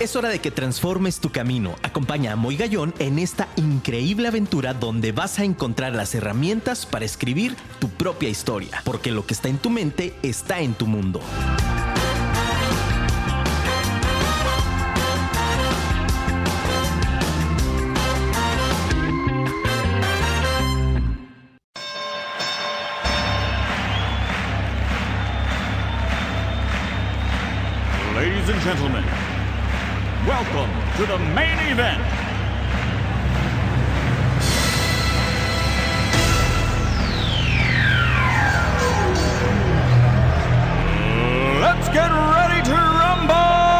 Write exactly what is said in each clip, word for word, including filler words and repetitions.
Es hora de que transformes tu camino. Acompaña a Moy Gallón en esta increíble aventura donde vas a encontrar las herramientas para escribir tu propia historia, porque lo que está en tu mente está en tu mundo. Ladies and gentlemen, welcome to the main event. Let's get ready to rumble.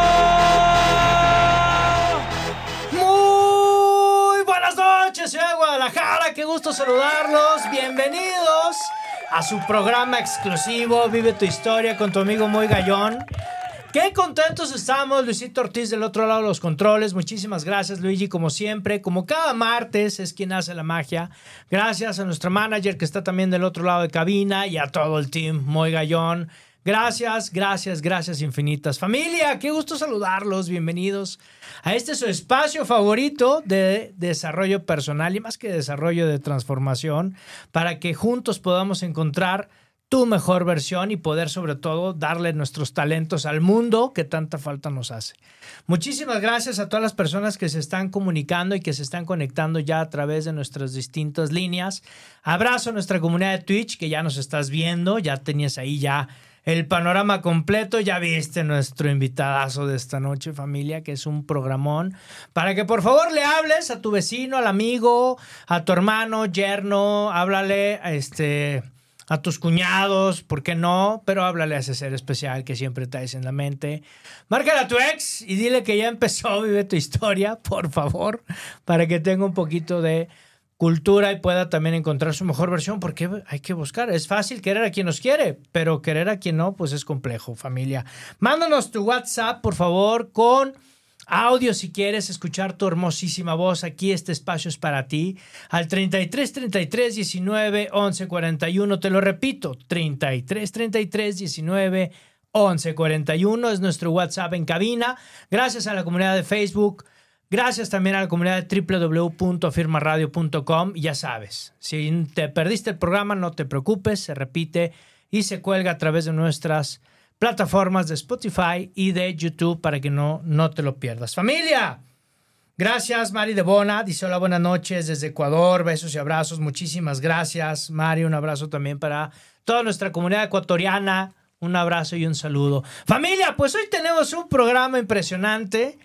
Muy buenas noches, ciudad de Guadalajara. Qué gusto saludarlos. Bienvenidos a su programa exclusivo Vive tu Historia con tu amigo Moy Gallón. Qué contentos estamos, Luisito Ortiz del otro lado de los controles. Muchísimas gracias, Luigi, como siempre. Como cada martes es quien hace la magia. Gracias a nuestro manager que está también del otro lado de cabina y a todo el team Moy Gallón. Gracias, gracias, gracias infinitas. Familia, qué gusto saludarlos. Bienvenidos a este su espacio favorito de desarrollo personal y más que desarrollo de transformación para que juntos podamos encontrar tu mejor versión y poder sobre todo darle nuestros talentos al mundo que tanta falta nos hace. Muchísimas gracias a todas las personas que se están comunicando y que se están conectando ya a través de nuestras distintas líneas. Abrazo a nuestra comunidad de Twitch que ya nos estás viendo, ya tenías ahí ya el panorama completo, ya viste nuestro invitadazo de esta noche, familia, que es un programón, para que por favor le hables a tu vecino, al amigo, a tu hermano, yerno, háblale a este... a tus cuñados, ¿por qué no? Pero háblale a ese ser especial que siempre traes en la mente. Márcale a tu ex y dile que ya empezó Vive tu Historia, por favor, para que tenga un poquito de cultura y pueda también encontrar su mejor versión, porque hay que buscar. Es fácil querer a quien nos quiere, pero querer a quien no, pues es complejo, familia. Mándanos tu WhatsApp, por favor, con audio si quieres escuchar tu hermosísima voz. Aquí este espacio es para ti. Al treinta y tres, treinta y tres, diecinueve, once, cuarenta y uno. Te lo repito, treinta y tres, treinta y tres, diecinueve, once, cuarenta y uno es nuestro WhatsApp en cabina. Gracias a la comunidad de Facebook. Gracias también a la comunidad de doble u doble u doble u punto afirma radio punto com. Y ya sabes, si te perdiste el programa, no te preocupes. Se repite y se cuelga a través de nuestras plataformas de Spotify y de YouTube para que no, no te lo pierdas. ¡Familia! Gracias, Mari de Bona. Dice hola, buenas noches desde Ecuador. Besos y abrazos. Muchísimas gracias, Mari. Un abrazo también para toda nuestra comunidad ecuatoriana. Un abrazo y un saludo. Familia, pues hoy tenemos un programa impresionante.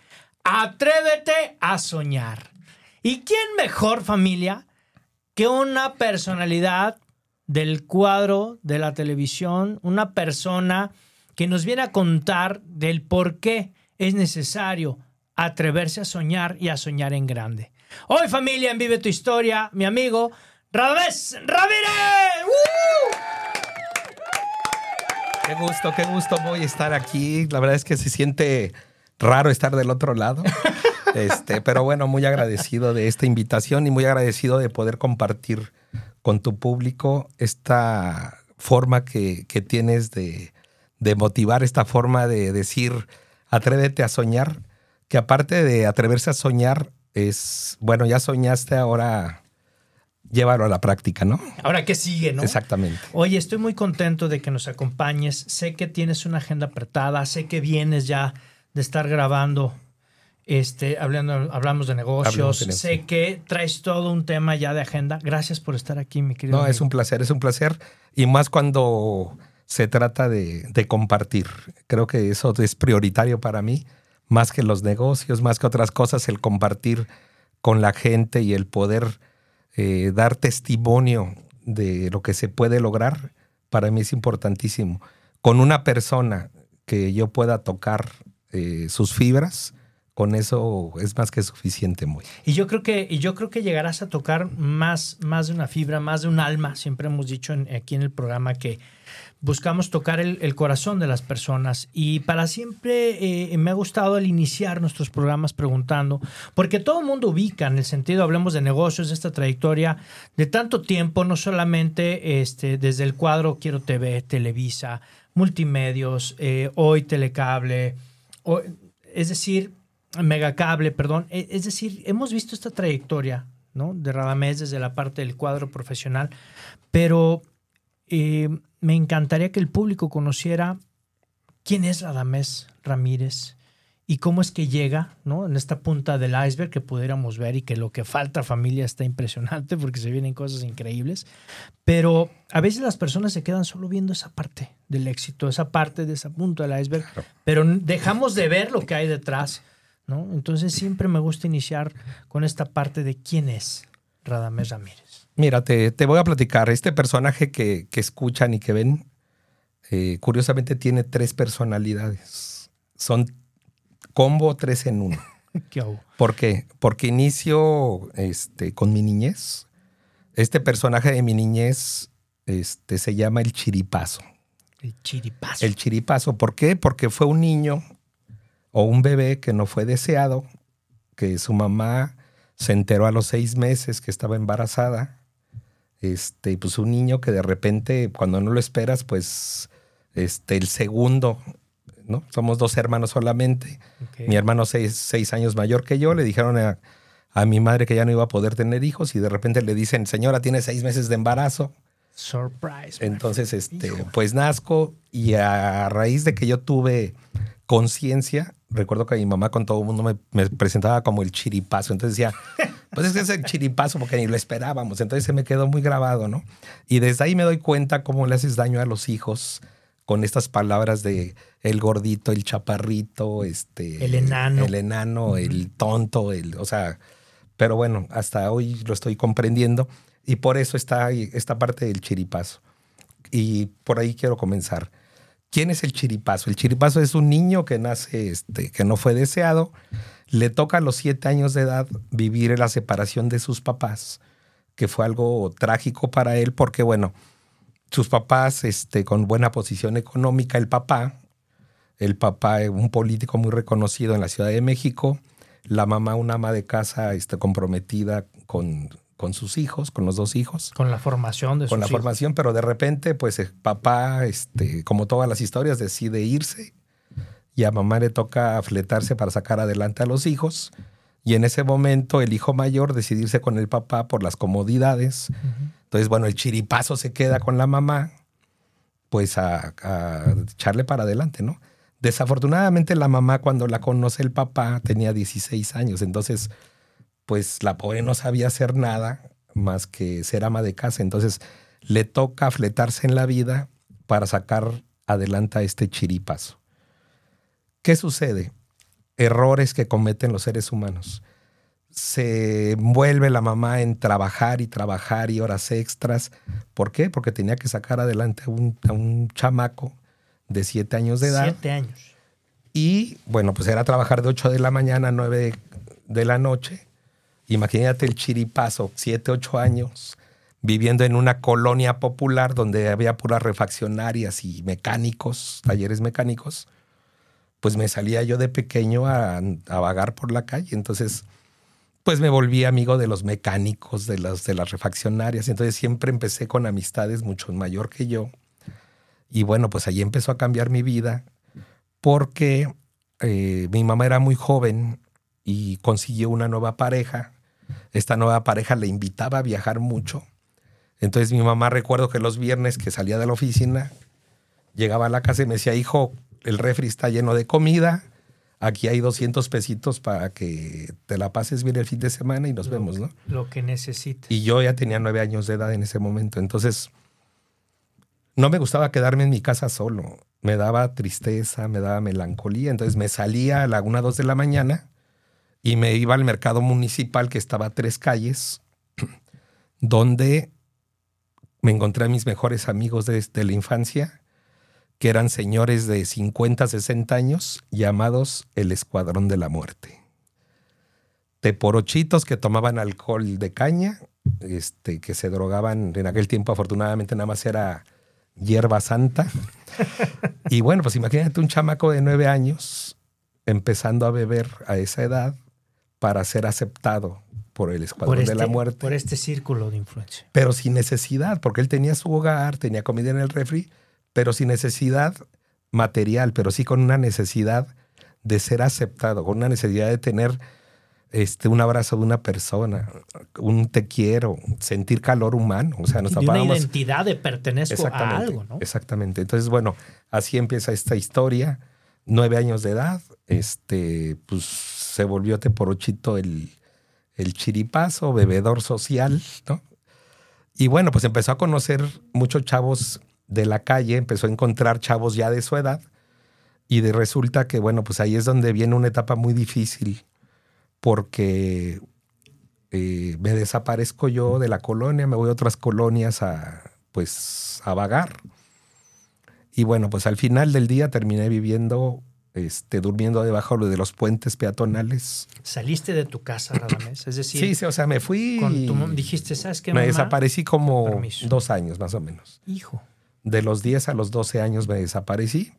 Atrévete a soñar. ¿Y quién mejor, familia, que una personalidad del cuadro de la televisión? Una persona que nos viene a contar del por qué es necesario atreverse a soñar y a soñar en grande. Hoy, familia, en Vive tu Historia, mi amigo Radamés Ramírez. ¡Uh! Qué gusto, qué gusto voy a estar aquí. La verdad es que se siente raro estar del otro lado. Este, pero bueno, muy agradecido de esta invitación y muy agradecido de poder compartir con tu público esta forma que, que tienes de, de motivar, esta forma de decir, atrévete a soñar, que aparte de atreverse a soñar, es, bueno, ya soñaste, ahora llévalo a la práctica, ¿no? Ahora, ¿qué sigue, no? Exactamente. Oye, estoy muy contento de que nos acompañes. Sé que tienes una agenda apretada, sé que vienes ya de estar grabando. Este, hablando, hablamos de negocios. Hablamos de negocios. Sé que traes todo un tema ya de agenda. Gracias por estar aquí, mi querido No, amigo. Es un placer, es un placer. Y más cuando se trata de, de compartir. Creo que eso es prioritario para mí. Más que los negocios, más que otras cosas, el compartir con la gente y el poder eh, dar testimonio de lo que se puede lograr, para mí es importantísimo. Con una persona que yo pueda tocar eh, sus fibras, con eso es más que suficiente, muy. Y yo creo que, y yo creo que llegarás a tocar más, más de una fibra, más de un alma. Siempre hemos dicho en, aquí en el programa que buscamos tocar el, el corazón de las personas. Y para siempre eh, me ha gustado el iniciar nuestros programas preguntando, porque todo el mundo ubica en el sentido, hablemos de negocios, de esta trayectoria de tanto tiempo, no solamente este, desde el cuadro Quiero T V, Televisa, Multimedios, eh, hoy Telecable, hoy, es decir, Megacable, perdón. Es decir, hemos visto esta trayectoria, ¿no?, de Radamés desde la parte del cuadro profesional, pero eh, me encantaría que el público conociera quién es Radamés Ramírez y cómo es que llega, ¿no?, en esta punta del iceberg que pudiéramos ver, y que lo que falta, familia, está impresionante porque se vienen cosas increíbles. Pero a veces las personas se quedan solo viendo esa parte del éxito, esa parte de esa punta del iceberg, claro, pero dejamos de ver lo que hay detrás, ¿no? Entonces siempre me gusta iniciar con esta parte de quién es Radamés Ramírez. Mira, te, te voy a platicar. Este personaje que, que escuchan y que ven, eh, curiosamente tiene tres personalidades. Son combo tres en uno. ¿Qué hago? ¿Por qué? Porque inicio este, con mi niñez. Este personaje de mi niñez este, se llama el Chiripazo. El Chiripazo. El Chiripazo. ¿Por qué? Porque fue un niño o un bebé que no fue deseado, que su mamá se enteró a los seis meses que estaba embarazada. Este, pues un niño que de repente, cuando no lo esperas, pues este, el segundo, ¿no? Somos dos hermanos solamente. Okay. Mi hermano seis, seis años mayor que yo. Le dijeron a, a mi madre que ya no iba a poder tener hijos y de repente le dicen, señora, tiene seis meses de embarazo. Surprise. Entonces, este, hijo, pues nazco, y a raíz de que yo tuve conciencia, recuerdo que mi mamá con todo el mundo me, me presentaba como el Chiripazo. Entonces decía, pues es que es el Chiripazo porque ni lo esperábamos. Entonces se me quedó muy grabado, ¿no? Y desde ahí me doy cuenta cómo le haces daño a los hijos con estas palabras de el gordito, el chaparrito, este, el enano, el, enano, uh-huh. el tonto, el, o sea, pero bueno, hasta hoy lo estoy comprendiendo y por eso está esta parte del Chiripazo. Y por ahí quiero comenzar. ¿Quién es el Chiripazo? El Chiripazo es un niño que nace, este, que no fue deseado. Le toca a los siete años de edad vivir la separación de sus papás, que fue algo trágico para él porque, bueno, sus papás este, con buena posición económica, el papá, el papá un político muy reconocido en la Ciudad de México, la mamá una ama de casa este, comprometida con, con sus hijos, con los dos hijos. Con la formación de sus hijos. Con la formación, pero de repente, pues el papá, este, como todas las historias, decide irse y a mamá le toca fletarse para sacar adelante a los hijos. Y en ese momento el hijo mayor decide irse con el papá por las comodidades. Uh-huh. Entonces, bueno, el Chiripazo se queda con la mamá, pues a, a echarle para adelante, ¿no? Desafortunadamente la mamá, cuando la conoce el papá, tenía dieciséis años. Entonces, pues la pobre no sabía hacer nada más que ser ama de casa. Entonces, le toca fletarse en la vida para sacar adelante a este Chiripazo. ¿Qué sucede? Errores que cometen los seres humanos. Se envuelve la mamá en trabajar y trabajar y horas extras. ¿Por qué? Porque tenía que sacar adelante a un, a un chamaco de siete años de edad. Siete años. Y, bueno, pues era trabajar de ocho de la mañana a nueve de la noche. Imagínate el Chiripazo, siete, ocho años, viviendo en una colonia popular donde había puras refaccionarias y mecánicos, talleres mecánicos. Pues me salía yo de pequeño a, a vagar por la calle. Entonces, pues me volví amigo de los mecánicos, de, los, de las refaccionarias. Entonces siempre empecé con amistades mucho mayor que yo. Y bueno, pues ahí empezó a cambiar mi vida porque eh, mi mamá era muy joven y consiguió una nueva pareja. Esta nueva pareja le invitaba a viajar mucho. Entonces mi mamá, recuerdo que los viernes que salía de la oficina, llegaba a la casa y me decía, hijo, el refri está lleno de comida, aquí hay doscientos pesitos para que te la pases bien el fin de semana y nos lo, vemos, ¿no? Lo que necesites. Y yo ya tenía nueve años de edad en ese momento, entonces no me gustaba quedarme en mi casa solo. Me daba tristeza, me daba melancolía, entonces me salía a la una, dos de la mañana y me iba al mercado municipal que estaba a tres calles, donde me encontré a mis mejores amigos desde la infancia, que eran señores de cincuenta, sesenta años, llamados el Escuadrón de la Muerte. Teporochitos que tomaban alcohol de caña, este, que se drogaban. En aquel tiempo, afortunadamente, nada más era hierba santa. Y bueno, pues imagínate un chamaco de nueve años empezando a beber a esa edad para ser aceptado por el Escuadrón por este, de la Muerte. Por este círculo de influencia. Pero sin necesidad, porque él tenía su hogar, tenía comida en el refri, pero sin necesidad material, pero sí con una necesidad de ser aceptado, con una necesidad de tener este, un abrazo de una persona, un te quiero, sentir calor humano. O sea, nos de tapábamos. Una identidad de pertenezco a algo, ¿no? Exactamente. Entonces, bueno, así empieza esta historia. Nueve años de edad, este, pues se volvió teporochito el, el chiripazo, bebedor social, ¿no? Y bueno, pues empezó a conocer muchos chavos de la calle, empezó a encontrar chavos ya de su edad. Y de resulta que, bueno, pues ahí es donde viene una etapa muy difícil, porque eh, me desaparezco yo de la colonia, me voy a otras colonias a, pues, a vagar. Y bueno, pues al final del día terminé viviendo, este, durmiendo debajo de los puentes peatonales. ¿Saliste de tu casa, Radamés? Es decir, sí, sí, o sea, me fui. Con tu mom, dijiste, ¿sabes qué, me mamá? desaparecí como Permiso. dos años más o menos. Hijo. De los diez a los doce años me desaparecí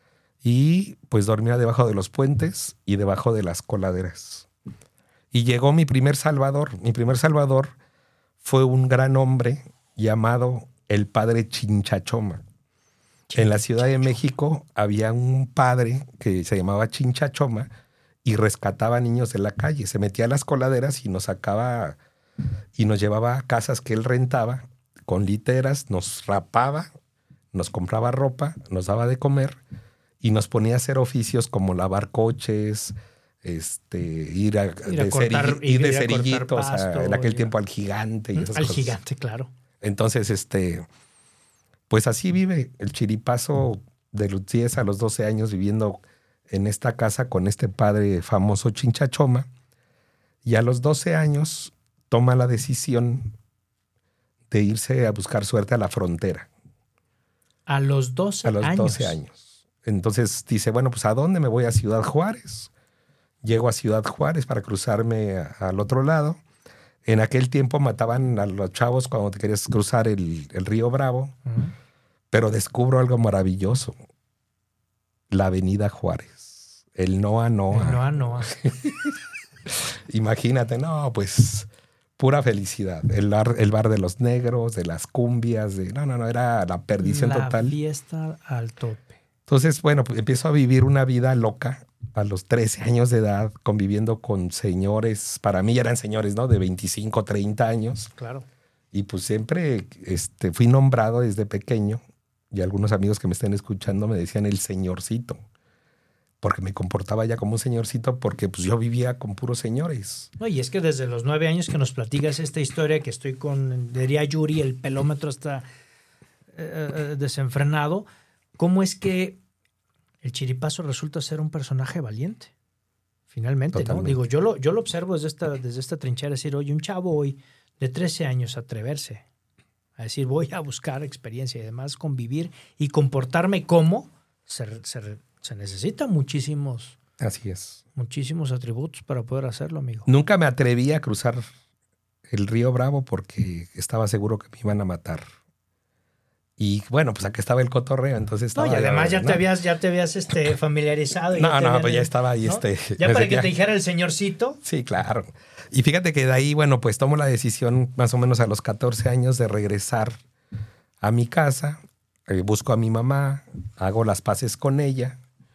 y pues dormía debajo de los puentes y debajo de las coladeras. Y llegó mi primer salvador. Mi primer salvador fue un gran hombre llamado el padre Chinchachoma. En la Ciudad de México había un padre que se llamaba Chinchachoma y rescataba niños de la calle. Se metía a las coladeras y nos sacaba y nos llevaba a casas que él rentaba con literas, nos rapaba, nos compraba ropa, nos daba de comer y nos ponía a hacer oficios como lavar coches, este, ir a, ir a de, cortar, ceri- ir de ir a cerillitos, pasto, a, en aquel a... tiempo al gigante. Y esas al cosas. gigante, claro. Entonces, este, pues así vive el chiripazo de los diez a los doce años viviendo en esta casa con este padre famoso Chinchachoma. Y a los doce años toma la decisión de irse a buscar suerte a la frontera. A los doce años. A los doce años. Entonces dice, bueno, pues ¿a dónde? Me voy a Ciudad Juárez. Llego a Ciudad Juárez para cruzarme a, al otro lado. En aquel tiempo mataban a los chavos cuando te querías cruzar el, el río Bravo. Uh-huh. Pero descubro algo maravilloso. La avenida Juárez. El Noa Noa. El Noa Noa. Imagínate, no, pues pura felicidad. El bar, el bar de los negros, de las cumbias, de no, no, no, era la perdición la total. La fiesta al tope. Entonces, bueno, pues empiezo a vivir una vida loca a los trece años de edad, conviviendo con señores, para mí ya eran señores, ¿no? De veinticinco, treinta años. Claro. Y pues siempre este, fui nombrado desde pequeño, y algunos amigos que me estén escuchando me decían el señorcito, porque me comportaba ya como un señorcito, porque pues yo vivía con puros señores. No, y es que desde los nueve años que nos platicas esta historia, que estoy con, diría Yuri, el pelómetro está eh, desenfrenado, ¿cómo es que el chiripazo resulta ser un personaje valiente? Finalmente, ¿no? Digo, yo lo, yo lo observo desde esta, desde esta trinchera, decir, oye, un chavo hoy de trece años atreverse a decir, voy a buscar experiencia y además convivir y comportarme como, se, se, se necesitan muchísimos, Así es. muchísimos atributos para poder hacerlo, amigo. Nunca me atreví a cruzar el río Bravo porque estaba seguro que me iban a matar. Y bueno, pues acá estaba el cotorreo, entonces estaba... No, y además ya ¿no? te habías, ya te habías este, familiarizado. Y no, ya te no, habían, pues ya estaba ahí ¿no? este... Ya para que te dijera el señorcito. Sí, claro. Y fíjate que de ahí, bueno, pues tomo la decisión más o menos a los catorce años de regresar a mi casa. Eh, busco a mi mamá, hago las paces con ella.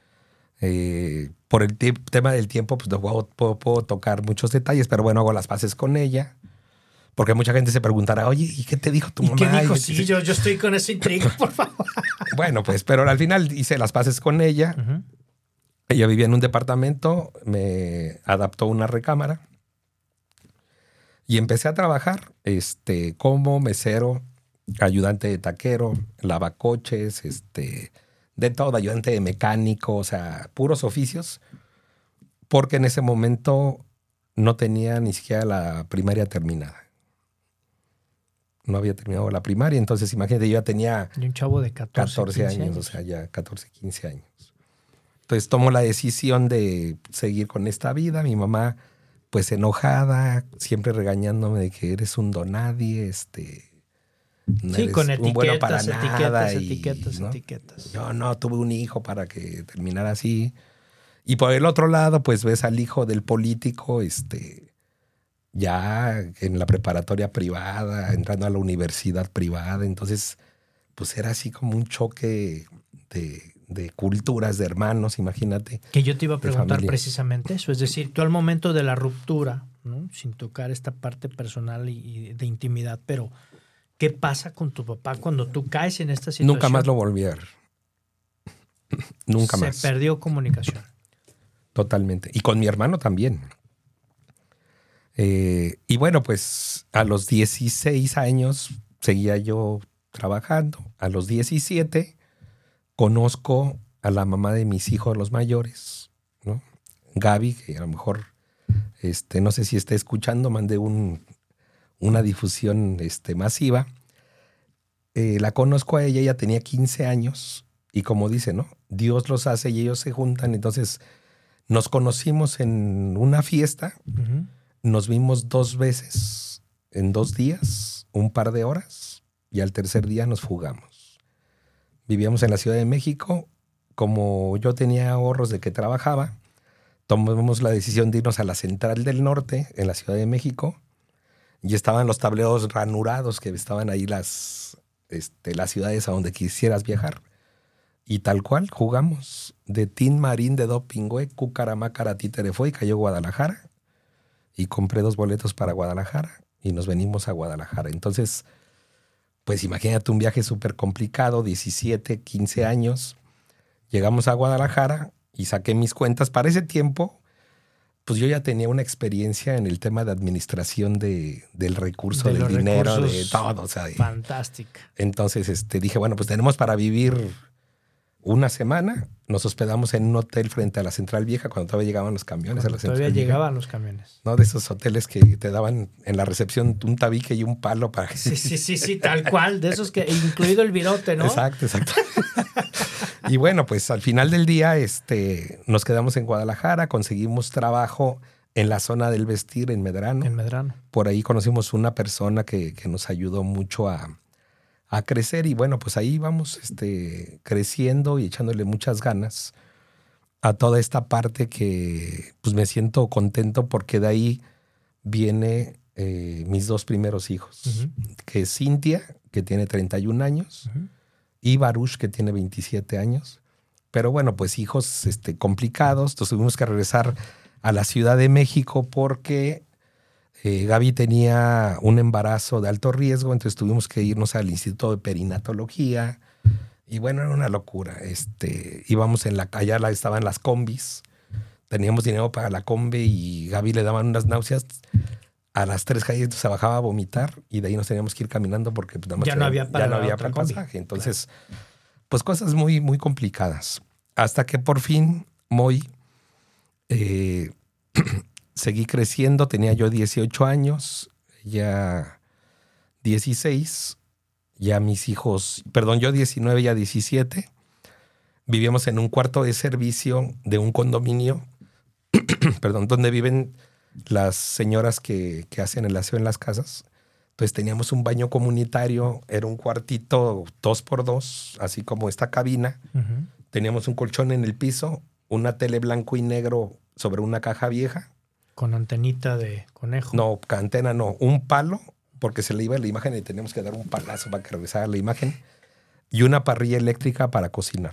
Eh, por el t- tema del tiempo, pues no puedo, puedo, puedo tocar muchos detalles, pero bueno, hago las paces con ella. Porque mucha gente se preguntará, oye, ¿y qué te dijo tu ¿Y mamá? qué dijo? Y, sí, yo, yo estoy con esa intriga, por favor. Bueno, pues, pero al final hice las paces con ella. Uh-huh. Ella vivía en un departamento, me adaptó una recámara y empecé a trabajar este, como mesero, ayudante de taquero, lavacoches, este, de todo, ayudante de mecánico, o sea, puros oficios, porque en ese momento no tenía ni siquiera la primaria terminada. No había terminado la primaria, entonces imagínate, yo ya tenía y un chavo de catorce, catorce años, años, o sea, ya catorce, quince años. Entonces tomo la decisión de seguir con esta vida. Mi mamá, pues enojada, siempre regañándome de que eres un donadie, este, no sí, eres con un etiquetas, bueno para etiquetas, nada. Y, etiquetas, ¿no? etiquetas. Yo no, tuve un hijo para que terminara así. Y por el otro lado, pues ves al hijo del político, este... ya en la preparatoria privada, entrando a la universidad privada. Entonces, pues era así como un choque de, de culturas, de hermanos, imagínate. Que yo te iba a preguntar familia. precisamente eso. Es decir, tú al momento de la ruptura, ¿no? Sin tocar esta parte personal y, y de intimidad, pero ¿qué pasa con tu papá cuando tú caes en esta situación? Nunca más lo volví a ver. Nunca Se más. Se perdió comunicación. Totalmente. Y con mi hermano también. Eh, y bueno, pues a los dieciséis años seguía yo trabajando. A los diecisiete conozco a la mamá de mis hijos, los mayores, ¿no? Gaby, que a lo mejor, este, no sé si está escuchando, mandé un, una difusión este, masiva. Eh, la conozco a ella, ella tenía quince años y como dice, ¿no? Dios los hace y ellos se juntan. Entonces nos conocimos en una fiesta, Uh-huh. nos vimos dos veces en dos días, un par de horas, y al tercer día nos fugamos. Vivíamos en la Ciudad de México. Como yo tenía ahorros de que trabajaba, tomamos la decisión de irnos a la Central del Norte, en la Ciudad de México, y estaban los tableros ranurados, que estaban ahí las, este, las ciudades a donde quisieras viajar. Y tal cual, jugamos. De Tin Marín, de Dopingüe, Cucaramácara, Títere fue y cayó Guadalajara. Y compré dos boletos para Guadalajara y nos venimos a Guadalajara. Entonces, pues imagínate un viaje súper complicado, diecisiete, quince años. Llegamos a Guadalajara y saqué mis cuentas. Para ese tiempo, pues yo ya tenía una experiencia en el tema de administración de, del recurso, De del los dinero, de recursos. todo. O sea, de- Fantástica. entonces este, dije, bueno, pues tenemos para vivir una semana. Nos hospedamos en un hotel frente a la Central Vieja cuando todavía llegaban los camiones a la Cuando Central todavía Vieja. llegaban los camiones. ¿No? De esos hoteles que te daban en la recepción un tabique y un palo para que... Sí, sí, sí, sí, tal cual. De esos que, incluido el virote, ¿no? Exacto, exacto. Y bueno, pues al final del día este, nos quedamos en Guadalajara, conseguimos trabajo en la zona del vestir en Medrano. En Medrano. Por ahí conocimos una persona que, que nos ayudó mucho a, a crecer y bueno, pues ahí vamos este, creciendo y echándole muchas ganas a toda esta parte que pues me siento contento porque de ahí viene eh, mis dos primeros hijos, Uh-huh. que es Cintia, que tiene treinta y un años, Uh-huh. y Baruch, que tiene veintisiete años. Pero bueno, pues hijos este, complicados. Entonces tuvimos que regresar a la Ciudad de México porque eh, Gaby tenía un embarazo de alto riesgo, entonces tuvimos que irnos al Instituto de Perinatología. Y bueno, era una locura. Este, íbamos en la calle, allá estaban las combis, teníamos dinero para la combi y Gaby le daban unas náuseas. A las tres calles se bajaba a vomitar y de ahí nos teníamos que ir caminando porque pues, nada más Ya no había para ya no la había otra para el combi. pasaje. Entonces, pues cosas muy, muy complicadas. Hasta que por fin, Moy, eh, seguí creciendo. Tenía yo dieciocho años, ya dieciséis. Ya mis hijos, perdón, yo diecinueve, ya diecisiete. Vivíamos en un cuarto de servicio de un condominio, perdón, donde viven las señoras que, que hacen el aseo en las casas. Entonces teníamos un baño comunitario, era un cuartito dos por dos, así como esta cabina. Uh-huh. Teníamos un colchón en el piso, una tele blanco y negro sobre una caja vieja. Con antenita de conejo. No, antena no, un palo, porque se le iba la imagen y teníamos que dar un palazo para que regresara la imagen, y una parrilla eléctrica para cocinar.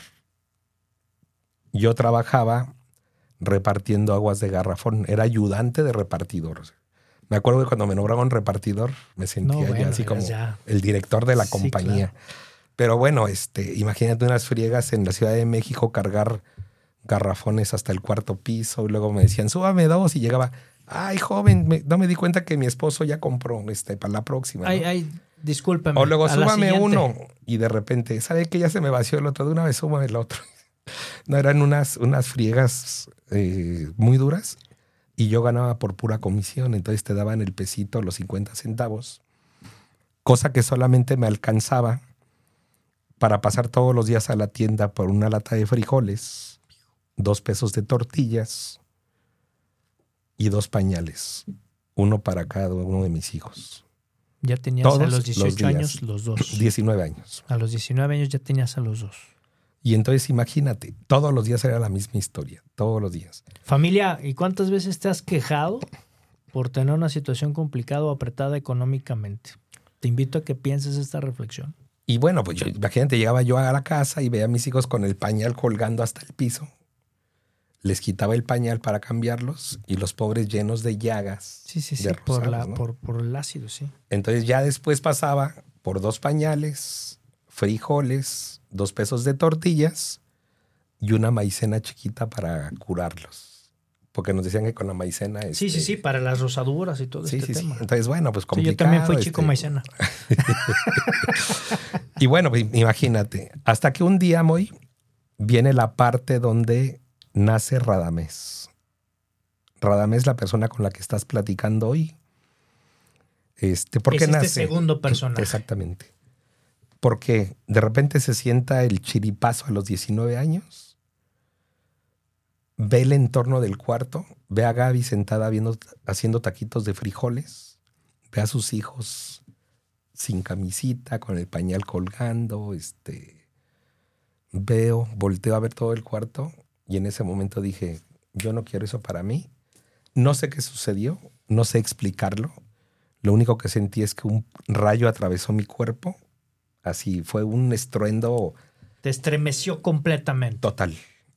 Yo trabajaba repartiendo aguas de garrafón, era ayudante de repartidor. O sea, me acuerdo que cuando me nombraron repartidor me sentía No, ya bueno, así como ya. el director de la Sí, compañía. claro. Pero bueno, este, imagínate unas friegas en la Ciudad de México, cargar garrafones hasta el cuarto piso, y luego me decían, súbame dos, y llegaba, ay, joven, me, no me di cuenta que mi esposo ya compró este, para la próxima. ¿no? Ay, ay, discúlpeme. O luego a la súbame siguiente. uno, y de repente, ¿sabe que ya se me vació el otro? De una vez súbame el otro. No, eran unas, unas friegas eh, muy duras, y yo ganaba por pura comisión, entonces te daban el pesito, los cincuenta centavos, cosa que solamente me alcanzaba para pasar todos los días a la tienda por una lata de frijoles, dos pesos de tortillas y dos pañales, uno para cada uno de mis hijos. Ya tenías Todos a los los dieciocho días. años los dos. diecinueve años. A los diecinueve años ya tenías a los dos. Y entonces imagínate, todos los días era la misma historia, todos los días. Familia, ¿y cuántas veces te has quejado por tener una situación complicada o apretada económicamente? Te invito a que pienses esta reflexión. Y bueno, pues yo, imagínate, llegaba yo a la casa y veía a mis hijos con el pañal colgando hasta el piso. Les quitaba el pañal para cambiarlos y los pobres llenos de llagas. Sí, sí, sí, de por, rosados, la, ¿no? por, por el ácido, sí. Entonces ya después pasaba por dos pañales, frijoles, dos pesos de tortillas y una maicena chiquita para curarlos. Porque nos decían que con la maicena... Sí, este, sí, sí, para las rosaduras y todo sí, este sí, tema. sí. Entonces, bueno, pues Sí, complicado. yo también fui chico este, maicena. Y bueno, pues, imagínate, hasta que un día, Moy, viene la parte donde nace Radamés. Radamés, la persona con la que estás platicando hoy. Este, ¿por qué es nace? este segundo personaje. Exactamente. Porque de repente se sienta el chiripazo a los diecinueve años, ve el entorno del cuarto, ve a Gaby sentada viendo, haciendo taquitos de frijoles, ve a sus hijos sin camisita, con el pañal colgando, este, veo, volteo a ver todo el cuarto y en ese momento dije, yo no quiero eso para mí. No sé qué sucedió, no sé explicarlo. Lo único que sentí es que un rayo atravesó mi cuerpo. Así fue un estruendo Te estremeció completamente. total.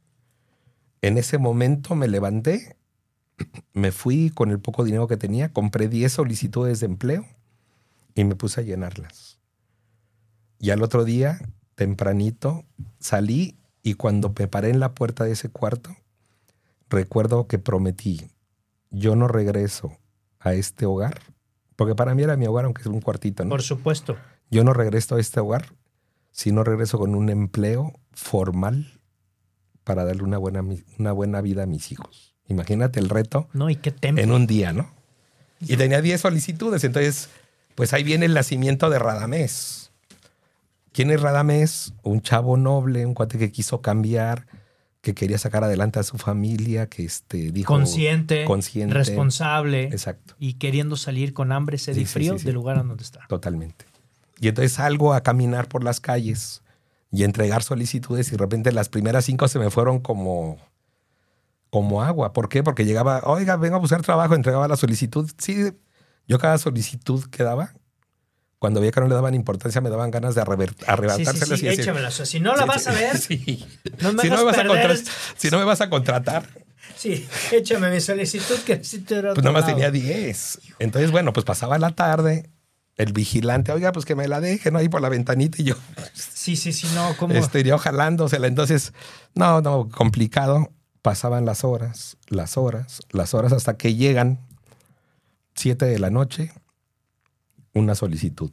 En ese momento me levanté, me fui con el poco dinero que tenía, compré diez solicitudes de empleo y me puse a llenarlas. Y al otro día, tempranito, salí y cuando me paré en la puerta de ese cuarto, recuerdo que prometí, yo no regreso a este hogar, porque para mí era mi hogar, aunque es un cuartito, ¿no? Por supuesto. Yo no regreso a este hogar si no regreso con un empleo formal para darle una buena, una buena vida a mis hijos. Imagínate el reto No, y qué temple. en un día, ¿no? Y tenía diez solicitudes. Entonces, pues ahí viene el nacimiento de Radamés. ¿Quién es Radamés? Un chavo noble, un cuate que quiso cambiar, que quería sacar adelante a su familia, que este, dijo... Consciente, consciente, responsable. Exacto. Y queriendo salir con hambre, sed y Sí, sí, frío sí, sí. del lugar en donde está. Totalmente. Y entonces salgo a caminar por las calles y a entregar solicitudes y de repente las primeras cinco se me fueron como, como agua. ¿Por qué? Porque llegaba, oiga, vengo a buscar trabajo, entregaba la solicitud. Sí, yo cada solicitud que daba, cuando veía que no le daban importancia, me daban ganas de arrebatárselas. Sí, sí, sí, sí, y decir, échamela. O sea, si no la sí, vas sí, a ver, sí. no me si, no hagas me vas a perder. contra- si no me vas a contratar, Sí, échame mi solicitud que sí te era pues otro nada más lado. tenía diez. Entonces, bueno, pues pasaba la tarde, el vigilante, oiga, pues que me la dejen ahí por la ventanita y yo... Sí, sí, sí, no, ¿cómo? Este, yo jalándosela. Entonces, no, no, complicado. Pasaban las horas, las horas, las horas hasta que llegan siete de la noche, una solicitud.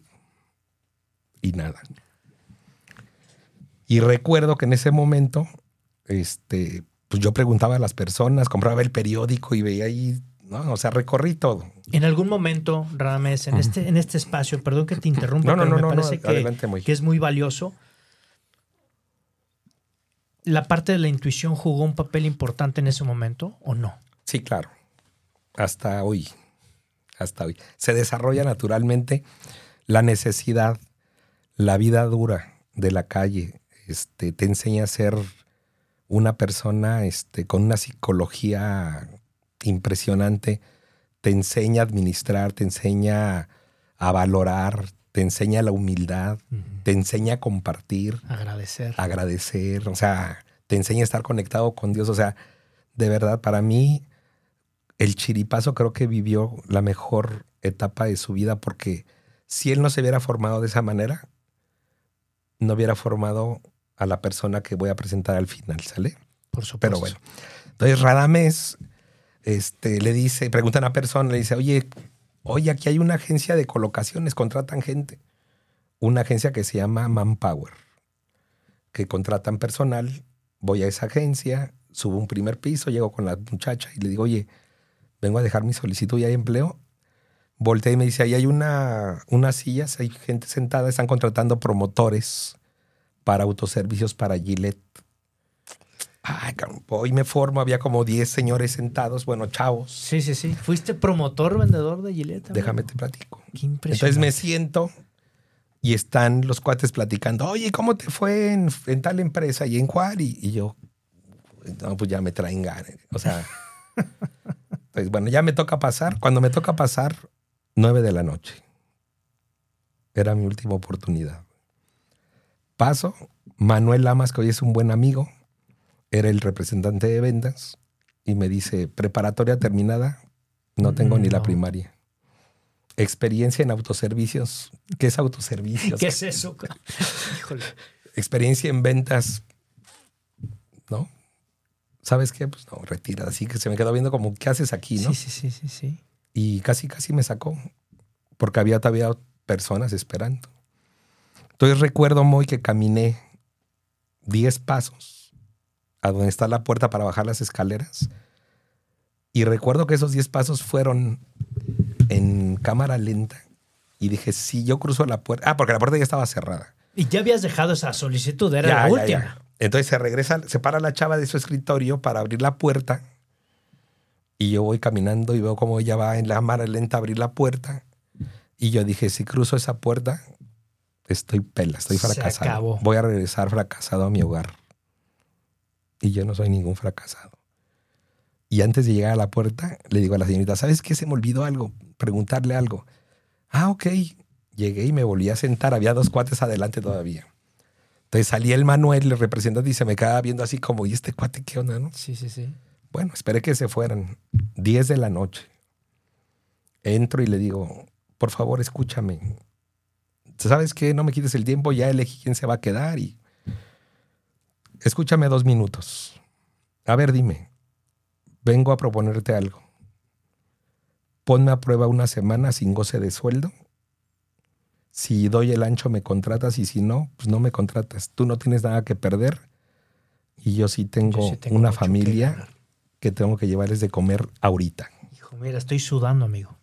Y nada. Y recuerdo que en ese momento, este, pues yo preguntaba a las personas, compraba el periódico y veía ahí, ¿no? O sea, recorrí todo. En algún momento, Radamés, en, este, en este espacio, perdón que te interrumpa, No, no, pero no, me no, parece no, que, adelante, Moy. que es muy valioso. ¿La parte de la intuición jugó un papel importante en ese momento o no? Sí, claro. Hasta hoy. Hasta hoy. Se desarrolla naturalmente la necesidad, la vida dura de la calle. Este, te enseña a ser una persona este, con una psicología impresionante. Te enseña a administrar, te enseña a valorar, te enseña la humildad, uh-huh. te enseña a compartir. Agradecer. Agradecer, o sea, te enseña a estar conectado con Dios. O sea, de verdad, para mí, el chiripazo creo que vivió la mejor etapa de su vida porque si él no se hubiera formado de esa manera, no hubiera formado a la persona que voy a presentar al final, ¿sale? Por supuesto. Pero bueno, entonces Radamés este, le dice, pregunta a una persona, le dice, oye, oye, aquí hay una agencia de colocaciones, contratan gente. Una agencia que se llama Manpower, que contratan personal. Voy a esa agencia, subo un primer piso, llego con la muchacha y le digo, oye, vengo a dejar mi solicitud y hay empleo. Voltea y me dice, ahí hay una, unas sillas, hay gente sentada, están contratando promotores para autoservicios para Gillette. Ay, hoy me formo, había como diez señores sentados, bueno, chavos. Sí, sí, sí. ¿Fuiste promotor, vendedor de Gillette? Amigo? Déjame te platico. Qué impresionante. Entonces me siento y están los cuates platicando, oye, ¿cómo te fue en, en tal empresa y en cuál? Y, y yo, no, pues ya me traen ganas. O sea, pues bueno, ya me toca pasar. Cuando me toca pasar, nueve de la noche. Era mi última oportunidad. Paso, Manuel Lamas, que hoy es un buen amigo, era el representante de ventas y me dice, preparatoria terminada, no tengo Mm, ni la no. primaria. Experiencia en autoservicios. ¿Qué es autoservicios? ¿Qué es eso? Híjole. Experiencia en ventas, ¿no? ¿Sabes qué? Pues no, retira. Así que se me quedó viendo como, ¿qué haces aquí, no? Sí, sí, sí, sí, sí. Y casi, casi me sacó, porque había todavía personas esperando. Entonces recuerdo muy que caminé diez pasos a donde está la puerta para bajar las escaleras. Y recuerdo que esos diez pasos fueron en cámara lenta. Y dije, si yo cruzo la puerta... Ah, porque la puerta ya estaba cerrada. Y ya habías dejado esa solicitud, era Ya, la ya, última. ya. Entonces se regresa, se para la chava de su escritorio para abrir la puerta. Y yo voy caminando y veo cómo ella va en la cámara lenta a abrir la puerta. Y yo dije, si cruzo esa puerta, estoy pela, estoy Se fracasado. acabó. Voy a regresar fracasado a mi hogar. Y yo no soy ningún fracasado. Y antes de llegar a la puerta, le digo a la señorita, ¿sabes qué? Se me olvidó algo, preguntarle algo. Ah, ok. Llegué y me volví a sentar. Había dos cuates adelante todavía. Entonces salí el Manuel, el representante, y se me quedaba viendo así como, ¿y este cuate qué onda, no? Sí, sí, sí. Bueno, esperé que se fueran. diez de la noche. Entro y le digo, por favor, escúchame. ¿Sabes qué? No me quites el tiempo, ya elegí quién se va a quedar y... Escúchame dos minutos. A ver, dime. Vengo a proponerte algo. Ponme a prueba una semana sin goce de sueldo. Si doy el ancho, me contratas, y si no, pues no me contratas. Tú no tienes nada que perder y yo sí tengo, Yo sí tengo una mucho que familia ganar. que tengo que llevarles de comer ahorita. Hijo, mira, estoy sudando, amigo.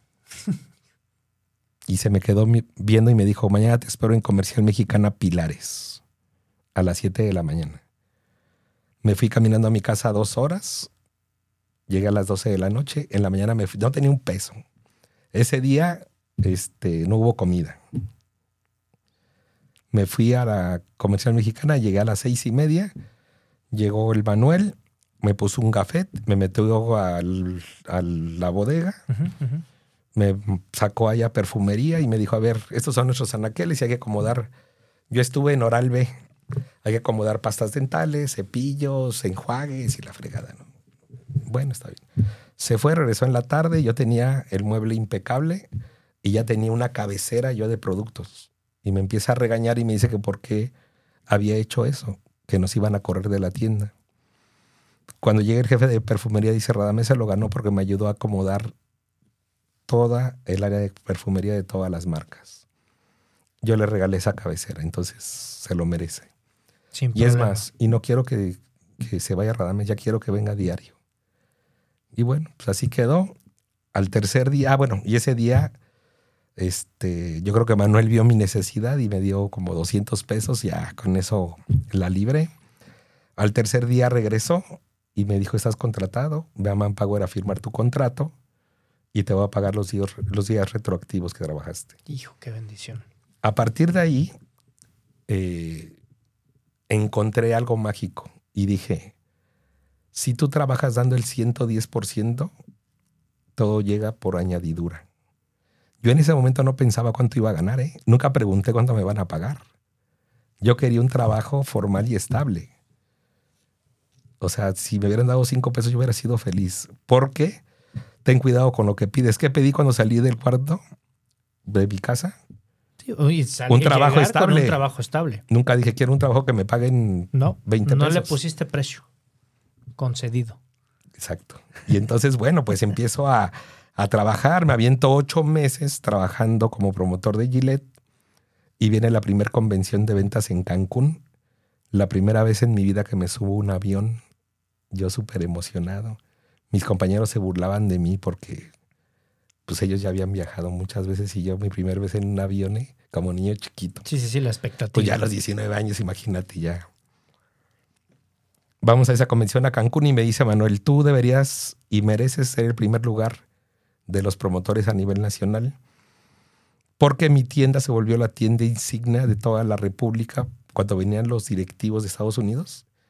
Y se me quedó mi- viendo y me dijo, mañana te espero en Comercial Mexicana Pilares a las siete de la mañana. Me fui caminando a mi casa dos horas. Llegué a las doce de la noche. En la mañana me fui, no tenía un peso. Ese día este, no hubo comida. Me fui a la Comercial Mexicana, llegué a las seis y media. Llegó el Manuel, me puso un gafet, me metió al, a la bodega. Ujú, ujú. Me sacó allá perfumería y me dijo, a ver, estos son nuestros anaqueles y hay que acomodar. Yo estuve en Oral B. Hay que acomodar pastas dentales, cepillos, enjuagues y la fregada, ¿no? Bueno, está bien. Se fue, regresó en la tarde. Yo tenía el mueble impecable y ya tenía una cabecera yo de productos. Y me empieza a regañar y me dice que por qué había hecho eso, que nos iban a correr de la tienda. Cuando llega el jefe de perfumería, dice, Radamés se lo ganó porque me ayudó a acomodar toda el área de perfumería de todas las marcas. Yo le regalé esa cabecera, entonces se lo merece. Sin Y es problema. más, y no quiero que, que se vaya Radamés, ya quiero que venga a diario. Y bueno, pues así quedó. Al tercer día, ah, bueno, y ese día, este, yo creo que Manuel vio mi necesidad y me dio como doscientos pesos, ya con eso la libré. Al tercer día regresó y me dijo, estás contratado, ve a Manpower a firmar tu contrato y te voy a pagar los días, los días retroactivos que trabajaste. Hijo, qué bendición. A partir de ahí, eh, encontré algo mágico y dije, si tú trabajas dando el ciento diez por ciento, todo llega por añadidura. Yo en ese momento no pensaba cuánto iba a ganar, ¿eh? Nunca pregunté cuánto me van a pagar. Yo quería un trabajo formal y estable. O sea, si me hubieran dado cinco pesos, yo hubiera sido feliz. Porque ten cuidado con lo que pides. ¿Qué pedí cuando salí del cuarto de mi casa? Sí, y sal- Un trabajo llegar con estable. Un trabajo estable. Nunca dije, quiero un trabajo que me paguen No, veinte no pesos. le pusiste precio. Concedido. Exacto. Y entonces, bueno, pues empiezo a, a trabajar. Me aviento ocho meses trabajando como promotor de Gillette y viene la primera convención de ventas en Cancún. La primera vez en mi vida que me subo a un avión. Yo súper emocionado. Mis compañeros se burlaban de mí porque pues ellos ya habían viajado muchas veces y yo mi primera vez en un avión, ¿eh? Como niño chiquito. Sí, sí, sí, la expectativa. Pues ya a los diecinueve años, imagínate ya. Vamos a esa convención a Cancún y me dice Manuel, tú deberías y mereces ser el primer lugar de los promotores a nivel nacional porque mi tienda se volvió la tienda insignia de toda la República cuando venían los directivos de Estados Unidos.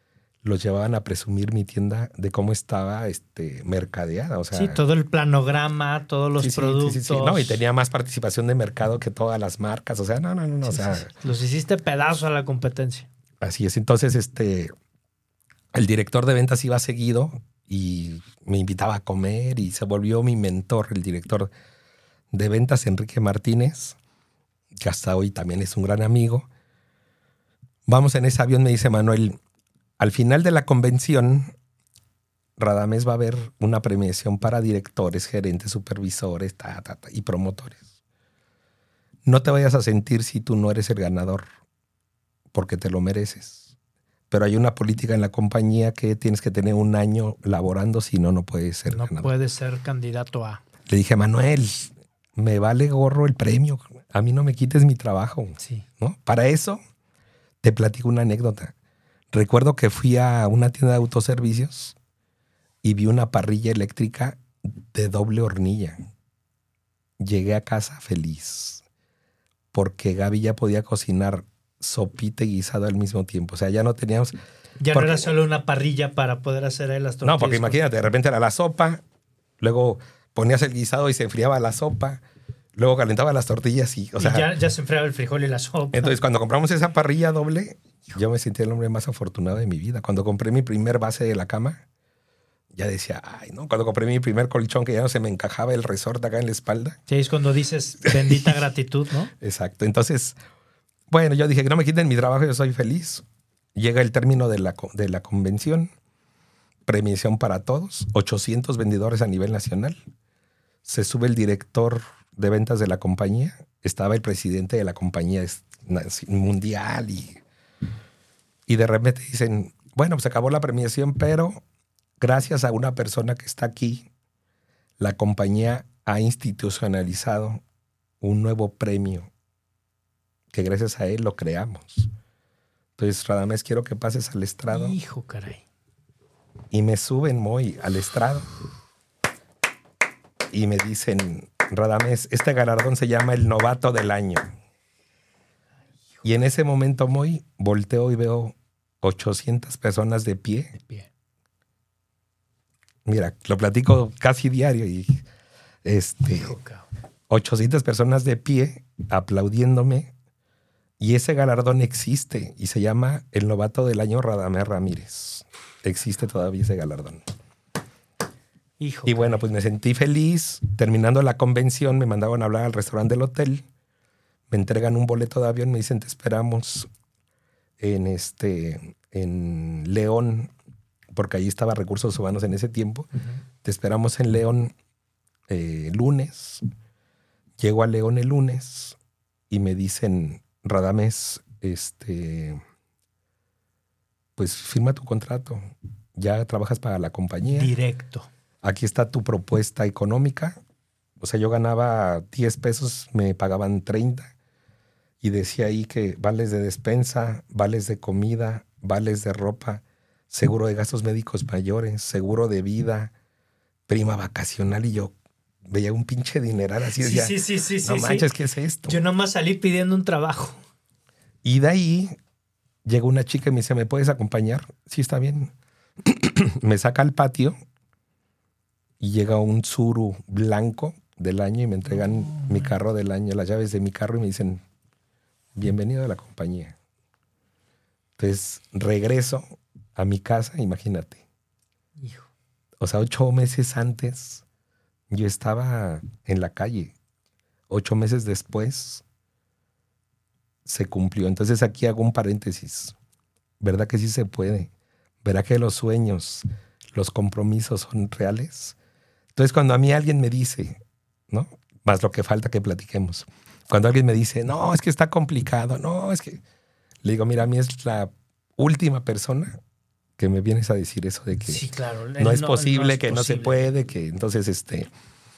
los llevaban a presumir mi tienda de cómo estaba este, mercadeada. O sea, sí, todo el planograma, todos los sí, sí, productos. Sí, sí, sí. No, y tenía más participación de mercado que todas las marcas. O sea, no, no, no. no Sí, o sea, sí, sí. Los hiciste pedazo a la competencia. Así es. Entonces, este, el director de ventas iba seguido y me invitaba a comer y se volvió mi mentor, el director de ventas, Enrique Martínez, que hasta hoy también es un gran amigo. Vamos en ese avión, me dice Manuel, al final de la convención, Radamés va a haber una premiación para directores, gerentes, supervisores ta, ta, ta, y promotores. No te vayas a sentir si tú no eres el ganador, porque te lo mereces. Pero hay una política en la compañía que tienes que tener un año laborando, si no, no puedes ser No ganador. puedes ser candidato a... Le dije, Manuel, me vale gorro el premio. A mí no me quites mi trabajo. Sí. ¿No? Para eso, te platico una anécdota. Recuerdo que fui a una tienda de autoservicios y vi una parrilla eléctrica de doble hornilla. Llegué a casa feliz porque Gaby ya podía cocinar sopita y guisado al mismo tiempo. O sea, ya no teníamos... Ya porque, no era solo una parrilla para poder hacer ahí las tortillas. No, porque imagínate, de repente era la sopa, luego ponías el guisado y se enfriaba la sopa, luego calentaba las tortillas y... O sea, y ya, ya se enfriaba el frijol y la sopa. Entonces, cuando compramos esa parrilla doble, yo me sentí el hombre más afortunado de mi vida. Cuando compré mi primer base de la cama, ya decía, ay, ¿no? Cuando compré mi primer colchón que ya no se me encajaba el resorte acá en la espalda. Sí, es cuando dices bendita gratitud, ¿no? Exacto. Entonces, bueno, yo dije que no me quiten mi trabajo, yo soy feliz. Llega el término de la, de la convención, premiación para todos, ochocientos vendedores a nivel nacional. Se sube el director de ventas de la compañía, estaba el presidente de la compañía mundial y, y de repente dicen, bueno, pues acabó la premiación, pero gracias a una persona que está aquí, la compañía ha institucionalizado un nuevo premio que gracias a él lo creamos. Entonces, Radamés, quiero que pases al estrado. Hijo, caray. Y me suben muy al estrado y me dicen, Radamés, este galardón se llama el novato del año. Y en ese momento, muy volteo y veo ochocientas personas de pie. De pie. Mira, lo platico casi diario y este, Hijo, cabrón. ochocientas personas de pie aplaudiéndome. Y ese galardón existe y se llama el novato del año Radamés Ramírez. Existe todavía ese galardón. Hijo, Y bueno, caray. pues me sentí feliz. Terminando la convención, me mandaban a hablar al restaurante del hotel. Me entregan un boleto de avión, me dicen, te esperamos en, este, en León, porque allí estaba Recursos Humanos en ese tiempo. Uh-huh. Te esperamos en León eh, lunes. Llego a León el lunes y me dicen, Radamés, este, pues firma tu contrato. Ya trabajas para la compañía. Directo. Aquí está tu propuesta económica. O sea, yo ganaba diez pesos, me pagaban treinta. Y decía ahí que vales de despensa, vales de comida, vales de ropa, seguro de gastos médicos mayores, seguro de vida, prima vacacional. Y yo veía un pinche dineral así. Sí, decía, sí, sí, sí, no sí, manches, sí. ¿qué es esto? Yo nomás salí pidiendo un trabajo. Y de ahí llegó una chica y me dice, ¿me puedes acompañar? Sí, está bien. Me saca al patio y llega un Tsuru blanco del año y me entregan oh, mi carro del año, las llaves de mi carro y me dicen, bienvenido a la compañía. Entonces regreso a mi casa, imagínate. Hijo. O sea, ocho meses antes yo estaba en la calle. Ocho meses después se cumplió. Entonces aquí hago un paréntesis. ¿Verdad que sí se puede? ¿Verdad que los sueños, los compromisos son reales? Entonces cuando a mí alguien me dice, ¿no? Más lo que falta que platiquemos. Cuando alguien me dice, no, es que está complicado, no, es que... Le digo, mira, a mí es la última persona que me vienes a decir eso de que sí, claro. no es no, posible, no es que posible. no se puede, que entonces, este...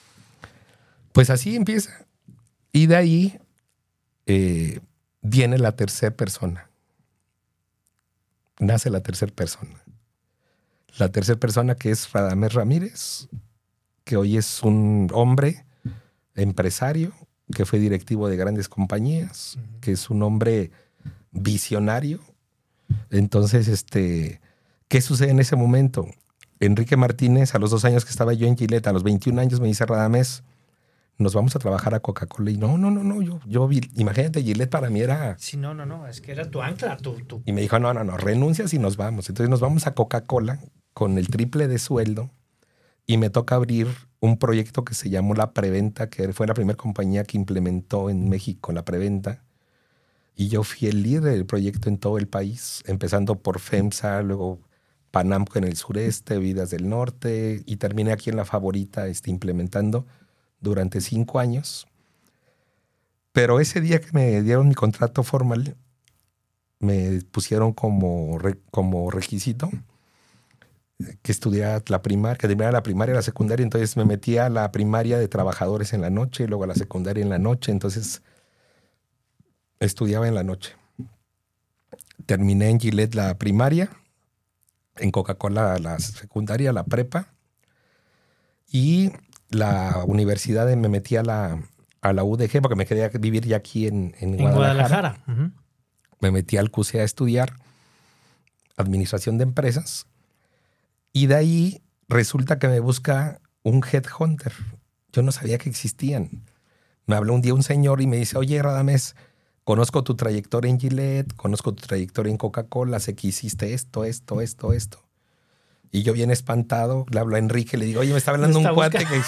Pues así empieza. Y de ahí eh, viene la tercera persona. Nace la tercera persona. La tercera persona que es Radamés Ramírez, que hoy es un hombre empresario, que fue directivo de grandes compañías, uh-huh. que es un hombre visionario. Entonces, este, ¿Qué sucede en ese momento? Enrique Martínez, a los dos años que estaba yo en Gillette, a los veintiún años me dice, Radamés, nos vamos a trabajar a Coca-Cola. Y no, no, no, no, yo, yo vi, imagínate, Gillette para mí era... Sí, no, no, no, es que era tu ancla, tu... tu... Y me dijo, no, no, no, renuncias y nos vamos. Entonces nos vamos a Coca-Cola con el triple de sueldo y me toca abrir un proyecto que se llamó La Preventa, que fue la primera compañía que implementó en México la preventa. Y yo fui el líder del proyecto en todo el país, empezando por FEMSA, luego Panamco en el sureste, Vidas del Norte, y terminé aquí en La Favorita este, implementando durante cinco años. Pero ese día que me dieron mi contrato formal, me pusieron como, re, como requisito que estudiara la primaria, que terminara la primaria y la secundaria. Entonces me metí a la primaria de trabajadores en la noche, y luego a la secundaria en la noche. Entonces estudiaba en la noche. Terminé en Gillette la primaria, en Coca-Cola la secundaria, la prepa, y la universidad me metí a la, a la U D G porque me quería vivir ya aquí en, en, en Guadalajara. Guadalajara. Uh-huh. Me metí al C U S E a estudiar administración de empresas y de ahí resulta que me busca un headhunter. Yo no sabía que existían. Me habló un día un señor y me dice, oye, Radamés, conozco tu trayectoria en Gillette, conozco tu trayectoria en Coca-Cola, sé que hiciste esto, esto, esto, esto. Y yo bien espantado, le hablo a Enrique, le digo, oye, me está hablando un cuate que...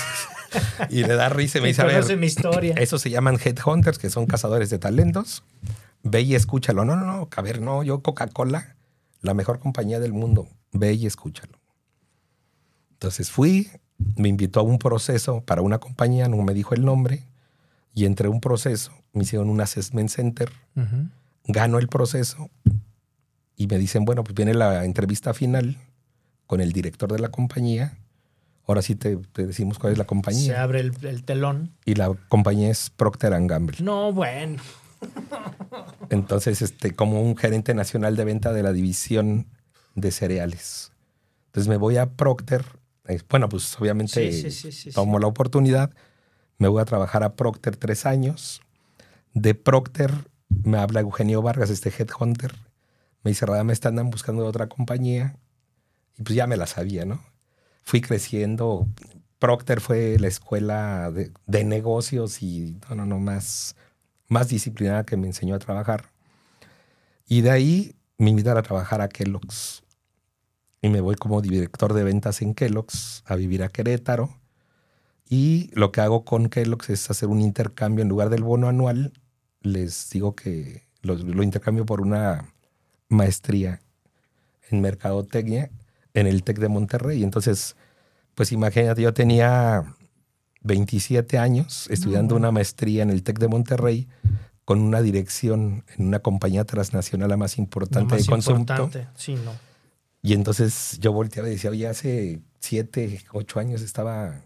Y le da risa y me dice, a ver, mi historia. Eso se llaman headhunters, que son cazadores de talentos. Ve y escúchalo. No, no, no, a ver, no, yo Coca-Cola, la mejor compañía del mundo, ve y escúchalo. Entonces fui, me invitó a un proceso para una compañía, no me dijo el nombre, y entré a un proceso, me hicieron un assessment center, uh-huh. Gano el proceso y me dicen, bueno, pues viene la entrevista final con el director de la compañía. Ahora sí te, te decimos cuál es la compañía. Se abre el, el telón. Y la compañía es Procter and Gamble. No, bueno. Entonces, este, como un gerente nacional de venta de la división de cereales. Entonces me voy a Procter. Bueno, pues obviamente sí, sí, sí, sí, tomo sí. la oportunidad. Me voy a trabajar a Procter tres años. De Procter me habla Eugenio Vargas, este headhunter. Me dice, Radamés, te andan buscando de otra compañía. Y pues ya me la sabía, ¿no? Fui creciendo. Procter fue la escuela de, de negocios y no, no, no, más, más disciplinada que me enseñó a trabajar. Y de ahí me invitan a trabajar a Kellogg's. Y me voy como director de ventas en Kellogg's a vivir a Querétaro. Y lo que hago con Kellogg's es hacer un intercambio. En lugar del bono anual, les digo que lo, lo intercambio por una maestría en mercadotecnia en el TEC de Monterrey. Entonces, pues imagínate, yo tenía veintisiete años estudiando no, bueno. una maestría en el TEC de Monterrey con una dirección en una compañía transnacional la más importante de consumo. Sí, no. Y entonces yo volteaba y decía, oye, hace siete, ocho años estaba,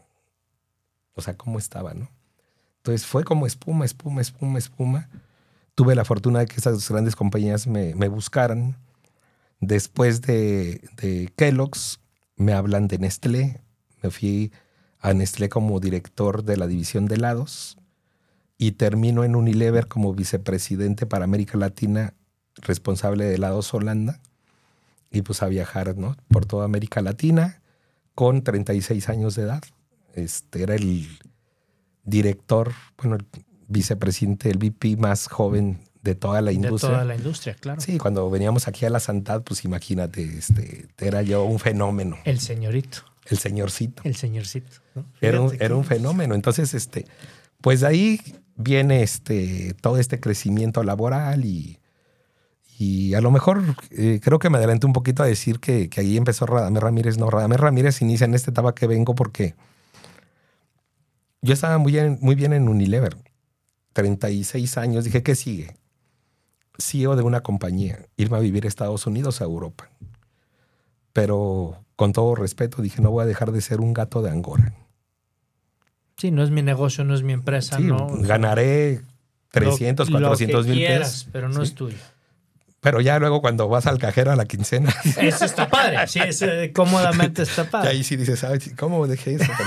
o sea, ¿cómo estaba, no? Entonces fue como espuma, espuma, espuma, espuma. Tuve la fortuna de que esas grandes compañías me, me buscaran. Después de, de Kellogg's, me hablan de Nestlé. Me fui a Nestlé como director de la división de helados y termino en Unilever como vicepresidente para América Latina, responsable de helados Holanda. Y pues a viajar, ¿no? Por toda América Latina con treinta y seis años de edad. Este era el director, bueno, el vicepresidente, el V P más joven de toda la industria. De toda la industria, claro. Sí, cuando veníamos aquí a la Santad, pues imagínate, este, era yo un fenómeno. El señorito. El señorcito. El señorcito, ¿no? Era un, era un fenómeno. Entonces, este, pues de ahí viene este, todo este crecimiento laboral y, y a lo mejor eh, creo que me adelanté un poquito a decir que, que ahí empezó Radamés Ramírez. No, Radamés Ramírez inicia en esta etapa que vengo porque yo estaba muy bien, muy bien en Unilever. treinta y seis años. Dije, ¿qué sigue? C E O de una compañía, irme a vivir a Estados Unidos, a Europa. Pero con todo respeto dije, no voy a dejar de ser un gato de Angora. Sí, no es mi negocio, no es mi empresa. Sí, no. Ganaré trescientos, lo, cuatrocientos lo que mil quieras, pesos. Pero no sí. es tuyo. Pero ya luego cuando vas al cajero a la quincena. Eso está padre. Sí, eso, cómodamente está padre. Y ahí sí dices, ay, ¿cómo dejé eso?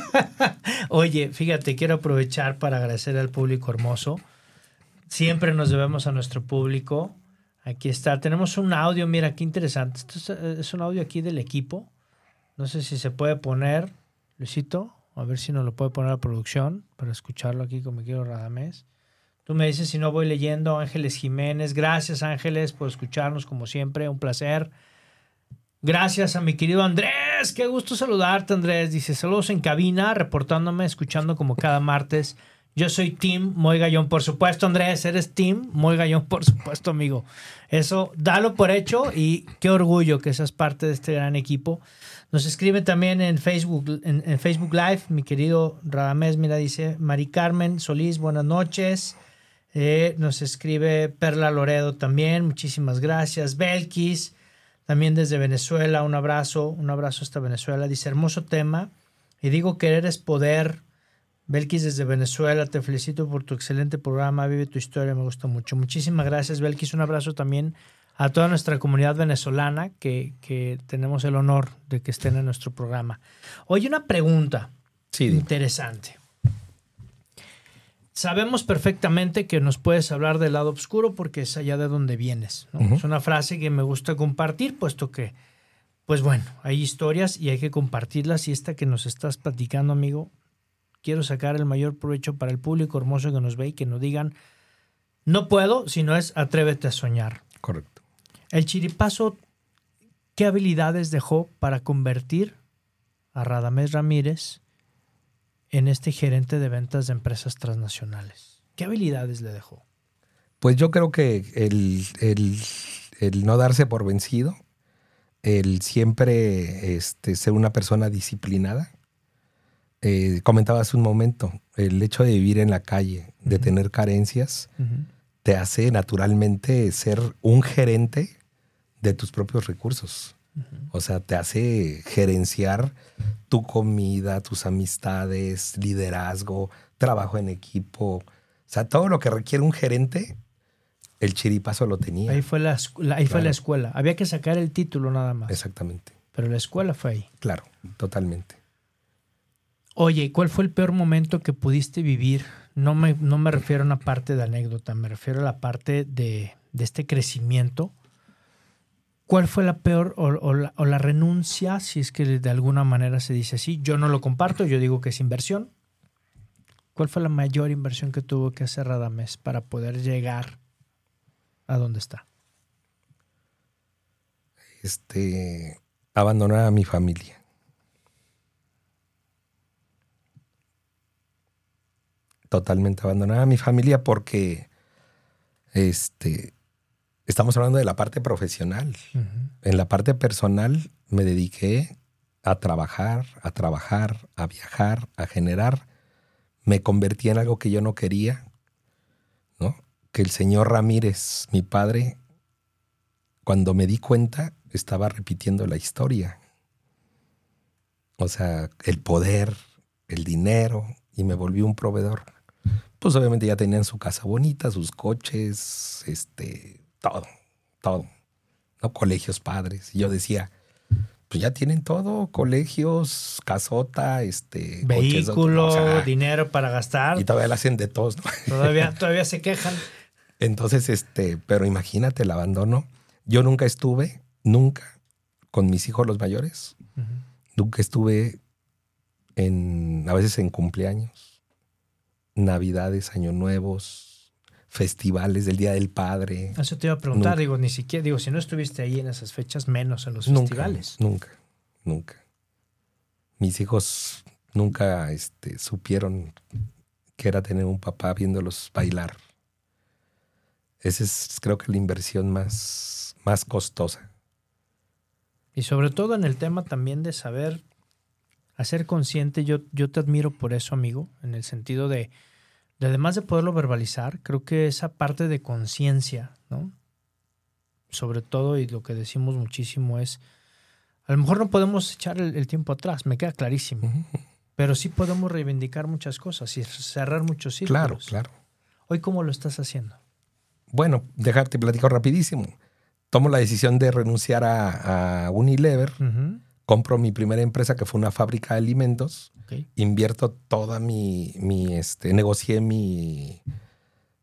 Oye, fíjate, quiero aprovechar para agradecer al público hermoso. Siempre nos debemos a nuestro público. Aquí está. Tenemos un audio, mira, qué interesante. Esto es, es un audio aquí del equipo. No sé si se puede poner, Luisito, a ver si nos lo puede poner la producción para escucharlo aquí con mi querido Radamés. Tú me dices si no voy leyendo. Ángeles Jiménez. Gracias, Ángeles, por escucharnos como siempre. Un placer. Gracias a mi querido Andrés. Qué gusto saludarte, Andrés. Dice, saludos en cabina, reportándome, escuchando como cada martes. Yo soy Team Moy Gallón, por supuesto, Andrés. Eres Team Moy Gallón, por supuesto, amigo. Eso, dalo por hecho y qué orgullo que seas parte de este gran equipo. Nos escribe también en Facebook, en, en Facebook Live, mi querido Radamés, mira, dice Mari Carmen Solís, buenas noches. Eh, nos escribe Perla Loredo también, muchísimas gracias. Belkis, también desde Venezuela, un abrazo, un abrazo hasta Venezuela. Dice, hermoso tema, y digo querer es poder. Belkis desde Venezuela, te felicito por tu excelente programa, vive tu historia, me gusta mucho. Muchísimas gracias, Belkis, un abrazo también a toda nuestra comunidad venezolana que, que tenemos el honor de que estén en nuestro programa. Oye, una pregunta sí, interesante. Sabemos perfectamente que nos puedes hablar del lado oscuro porque es allá de donde vienes, ¿no? Uh-huh. Es una frase que me gusta compartir, puesto que, pues bueno, hay historias y hay que compartirlas. Y esta que nos estás platicando, amigo, quiero sacar el mayor provecho para el público hermoso que nos ve y que nos digan, no puedo, sino es atrévete a soñar. Correcto. El chiripazo, ¿qué habilidades dejó para convertir a Radamés Ramírez en este gerente de ventas de empresas transnacionales? ¿Qué habilidades le dejó? Pues yo creo que el, el, el no darse por vencido, el siempre este, ser una persona disciplinada. Eh, comentaba hace un momento, el hecho de vivir en la calle, de uh-huh. tener carencias, uh-huh. te hace naturalmente ser un gerente de tus propios recursos. Uh-huh. O sea, te hace gerenciar tu comida, tus amistades, liderazgo, trabajo en equipo. O sea, todo lo que requiere un gerente, el chiripazo lo tenía. Ahí fue la, la, ahí claro. fue la escuela. Había que sacar el título nada más. Exactamente. Pero la escuela fue ahí. Claro, totalmente. Oye, ¿cuál fue el peor momento que pudiste vivir? No me, no me refiero a una parte de anécdota, me refiero a la parte de, de este crecimiento. ¿Cuál fue la peor o, o, la, o la renuncia, si es que de alguna manera se dice así? Yo no lo comparto, yo digo que es inversión. ¿Cuál fue la mayor inversión que tuvo que hacer Radamés para poder llegar a donde está? Este, abandonar a mi familia. Totalmente abandonar a mi familia porque este, estamos hablando de la parte profesional. Uh-huh. En la parte personal me dediqué a trabajar, a trabajar, a viajar, a generar. Me convertí en algo que yo no quería, ¿no? Que el señor Ramírez, mi padre, cuando me di cuenta, estaba repitiendo la historia. O sea, el poder, el dinero, y me volví un proveedor. Pues obviamente ya tenían su casa bonita, sus coches, este, todo, todo, ¿no? Colegios padres. Y yo decía, pues ya tienen todo, colegios, casota, este, vehículo, coches, o sea, dinero para gastar. Y todavía la hacen de todos, ¿no? Todavía, todavía se quejan. Entonces, este, pero imagínate el abandono. Yo nunca estuve, nunca, con mis hijos los mayores. Uh-huh. Nunca estuve en, a veces en cumpleaños. Navidades, Año Nuevos, festivales del Día del Padre. Eso te iba a preguntar, nunca. digo, ni siquiera, digo, si no estuviste ahí en esas fechas, menos en los nunca, festivales. Nunca, nunca. Mis hijos nunca este, supieron que era tener un papá viéndolos bailar. Esa es, creo que, la inversión más, más costosa. Y sobre todo en el tema también de saber hacer consciente, yo, yo te admiro por eso, amigo, en el sentido de, de, además de poderlo verbalizar, creo que esa parte de conciencia, ¿no? Sobre todo, y lo que decimos muchísimo es, a lo mejor no podemos echar el, el tiempo atrás, me queda clarísimo, uh-huh. pero sí podemos reivindicar muchas cosas y cerrar muchos círculos. Claro, claro. ¿Hoy cómo lo estás haciendo? Bueno, dejarte platicar rapidísimo. Tomo la decisión de renunciar a, a Unilever. Uh-huh. Compro mi primera empresa, que fue una fábrica de alimentos. Okay. Invierto toda mi... mi este, negocié mi,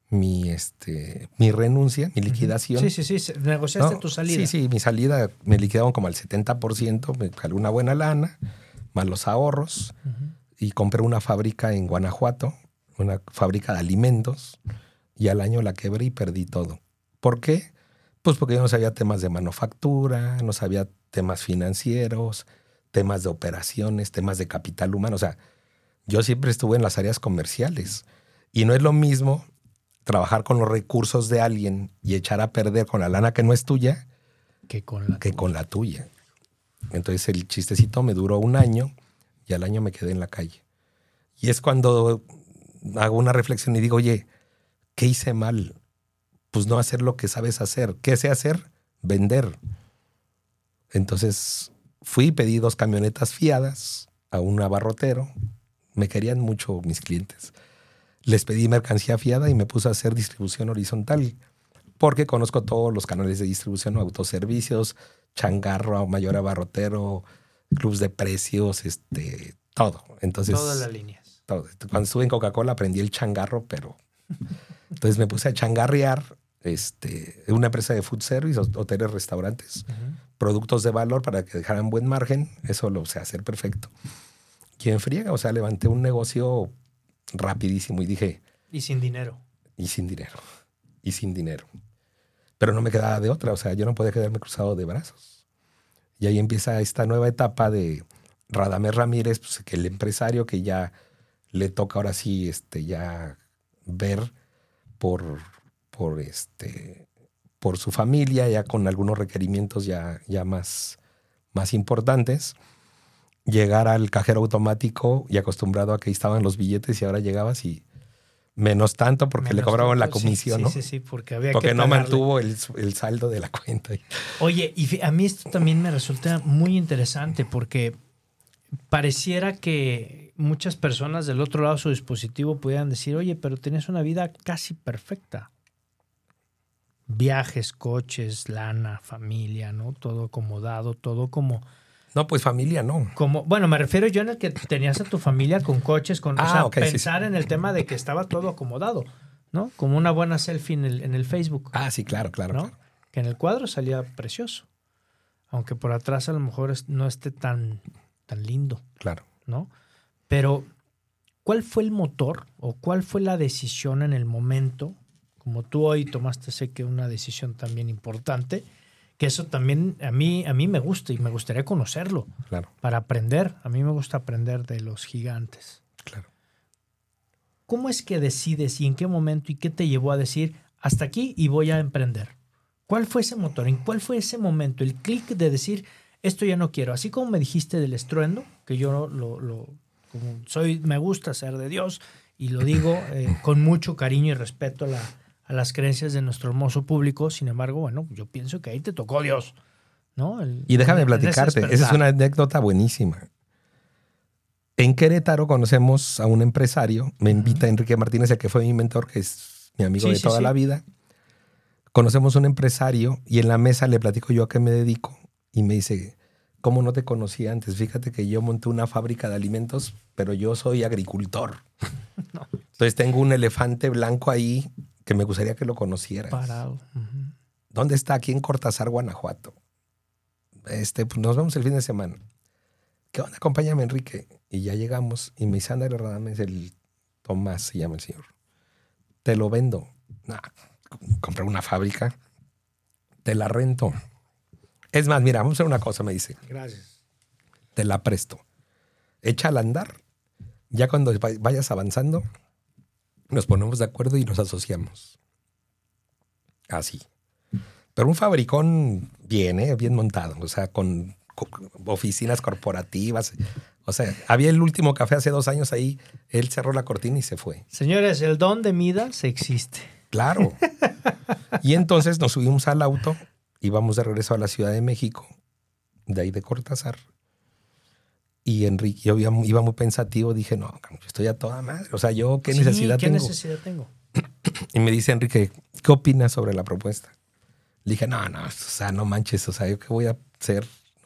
mi, este, mi renuncia, mi liquidación. Sí, sí, sí. Negociaste ¿No? tu salida. Sí, sí, mi salida me liquidaron como al setenta por ciento, me jalé una buena lana, más los ahorros, uh-huh. y compré una fábrica en Guanajuato, una fábrica de alimentos, y al año la quebré y perdí todo. ¿Por qué? Pues porque yo no sabía temas de manufactura, no sabía temas financieros, temas de operaciones, temas de capital humano. O sea, yo siempre estuve en las áreas comerciales y no es lo mismo trabajar con los recursos de alguien y echar a perder con la lana que no es tuya que con la, que tuya. Con la tuya. Entonces el chistecito me duró un año y al año me quedé en la calle. Y es cuando hago una reflexión y digo, oye, ¿qué hice mal? Pues no hacer lo que sabes hacer. ¿Qué sé hacer? Vender. Entonces fui y pedí dos camionetas fiadas a un abarrotero. Me querían mucho mis clientes. Les pedí mercancía fiada y me puse a hacer distribución horizontal porque conozco todos los canales de distribución, autoservicios, changarro, mayor abarrotero, clubs de precios, este, todo. Entonces, todas las líneas. Todo. Cuando estuve en Coca-Cola aprendí el changarro, pero... Entonces me puse a changarrear este, una empresa de food service, hoteles, restaurantes, uh-huh. productos de valor para que dejaran buen margen. Eso lo sé hacer perfecto. Y en friega, o sea, levanté un negocio rapidísimo y dije... Y sin dinero. Y sin dinero. Y sin dinero. Pero no me quedaba de otra. O sea, yo no podía quedarme cruzado de brazos. Y ahí empieza esta nueva etapa de Radamés Ramírez, pues, que el empresario que ya le toca ahora sí este, ya ver por, por, este, por su familia, ya con algunos requerimientos ya, ya más, más importantes. Llegar al cajero automático y acostumbrado a que ahí estaban los billetes y ahora llegabas y menos tanto porque menos le cobraban tanto, la comisión, sí, ¿no? Sí, sí, sí, porque había porque que no pagarle. mantuvo el, el saldo de la cuenta. Oye, y a mí esto también me resulta muy interesante porque pareciera que muchas personas del otro lado de su dispositivo pudieran decir, oye, pero tienes una vida casi perfecta. Viajes, coches, lana, familia, ¿no? Todo acomodado, todo como... No, pues familia no. Como, bueno, me refiero yo en el que tenías a tu familia con coches, con, ah, o sea, okay, pensar sí, sí. en el tema de que estaba todo acomodado, ¿no? Como una buena selfie en el, en el Facebook. Ah, sí, claro, claro, ¿no? claro. Que en el cuadro salía precioso. Aunque por atrás a lo mejor es, no esté tan, tan lindo. Claro. ¿No? Pero, ¿cuál fue el motor o cuál fue la decisión en el momento? Como tú hoy tomaste, sé que una decisión también importante, que eso también a mí, a mí me gusta y me gustaría conocerlo. Claro. Para aprender. A mí me gusta aprender de los gigantes. Claro. ¿Cómo es que decides y en qué momento y qué te llevó a decir hasta aquí y voy a emprender? ¿Cuál fue ese motor? ¿En cuál fue ese momento? El clic de decir esto ya no quiero. Así como me dijiste del estruendo, que yo lo, lo como soy, me gusta ser de Dios y lo digo eh, con mucho cariño y respeto a la a las creencias de nuestro hermoso público. Sin embargo, bueno, yo pienso que ahí te tocó Dios, ¿no? El, y déjame el, platicarte, esa es una anécdota buenísima. En Querétaro conocemos a un empresario, me invita uh-huh. Enrique Martínez, el que fue mi mentor, que es mi amigo sí, de sí, toda sí. la vida. Conocemos a un empresario y en la mesa le platico yo a qué me dedico y me dice, ¿cómo no te conocí antes? Fíjate que yo monté una fábrica de alimentos, pero yo soy agricultor. no. Entonces tengo un elefante blanco ahí que me gustaría que lo conocieras. Parado. Uh-huh. ¿Dónde está? Aquí en Cortázar, Guanajuato. Este, pues nos vemos el fin de semana. ¿Qué onda? Acompáñame, Enrique. Y ya llegamos. Y me dice, ándale, Radames, el Tomás se llama el señor. Te lo vendo. Nah, compré una fábrica. Te la rento. Es más, mira, vamos a hacer una cosa, me dice. Gracias. Te la presto. Échala a andar. Ya cuando vayas avanzando, nos ponemos de acuerdo y nos asociamos. Así. Pero un fabricón bien, ¿eh? Bien montado. O sea, con, con oficinas corporativas. O sea, había el último café hace dos años ahí. Él cerró la cortina y se fue. Señores, el don de Midas existe. Claro. Y entonces nos subimos al auto. Íbamos de regreso a la Ciudad de México. De ahí de Cortázar. Y Enrique, yo iba, iba muy pensativo, dije, no, estoy a toda madre. O sea, yo, ¿qué sí, necesidad ¿qué tengo? ¿Qué necesidad tengo? Y me dice Enrique, ¿qué opinas sobre la propuesta? Le dije, no, no, o sea, no manches, o sea, ¿yo qué voy a hacer?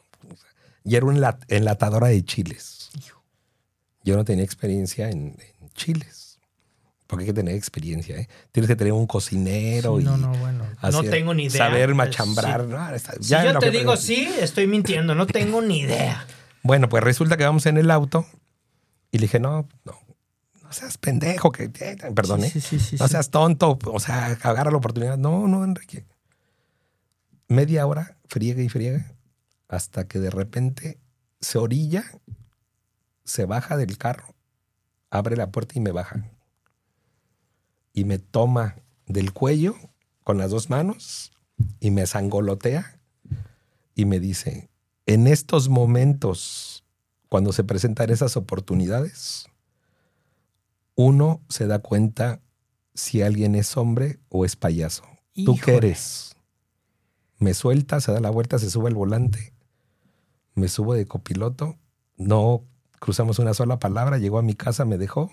Y era una enlatadora de chiles. Yo no tenía experiencia en, en chiles. Porque hay que tener experiencia, ¿eh? Tienes que tener un cocinero sí, y... No, no, bueno. Hacer, no tengo ni idea. Saber machambrar. Sí. No, está, si ya yo te que, digo sí, estoy mintiendo. No tengo ni idea. Bueno, pues resulta que vamos en el auto y le dije, no, no, no seas pendejo. que eh, Perdón, sí, ¿eh? Sí, sí, sí, no sí. seas tonto. O sea, agarra la oportunidad. No, no, Enrique. Media hora, friega y friega, hasta que de repente se orilla, se baja del carro, abre la puerta y me baja. Y me toma del cuello con las dos manos y me zangolotea y me dice, en estos momentos, cuando se presentan esas oportunidades, uno se da cuenta si alguien es hombre o es payaso. Híjole. ¿Tú qué eres? Me suelta, se da la vuelta, se sube al volante, me subo de copiloto, no cruzamos una sola palabra, llegó a mi casa, me dejó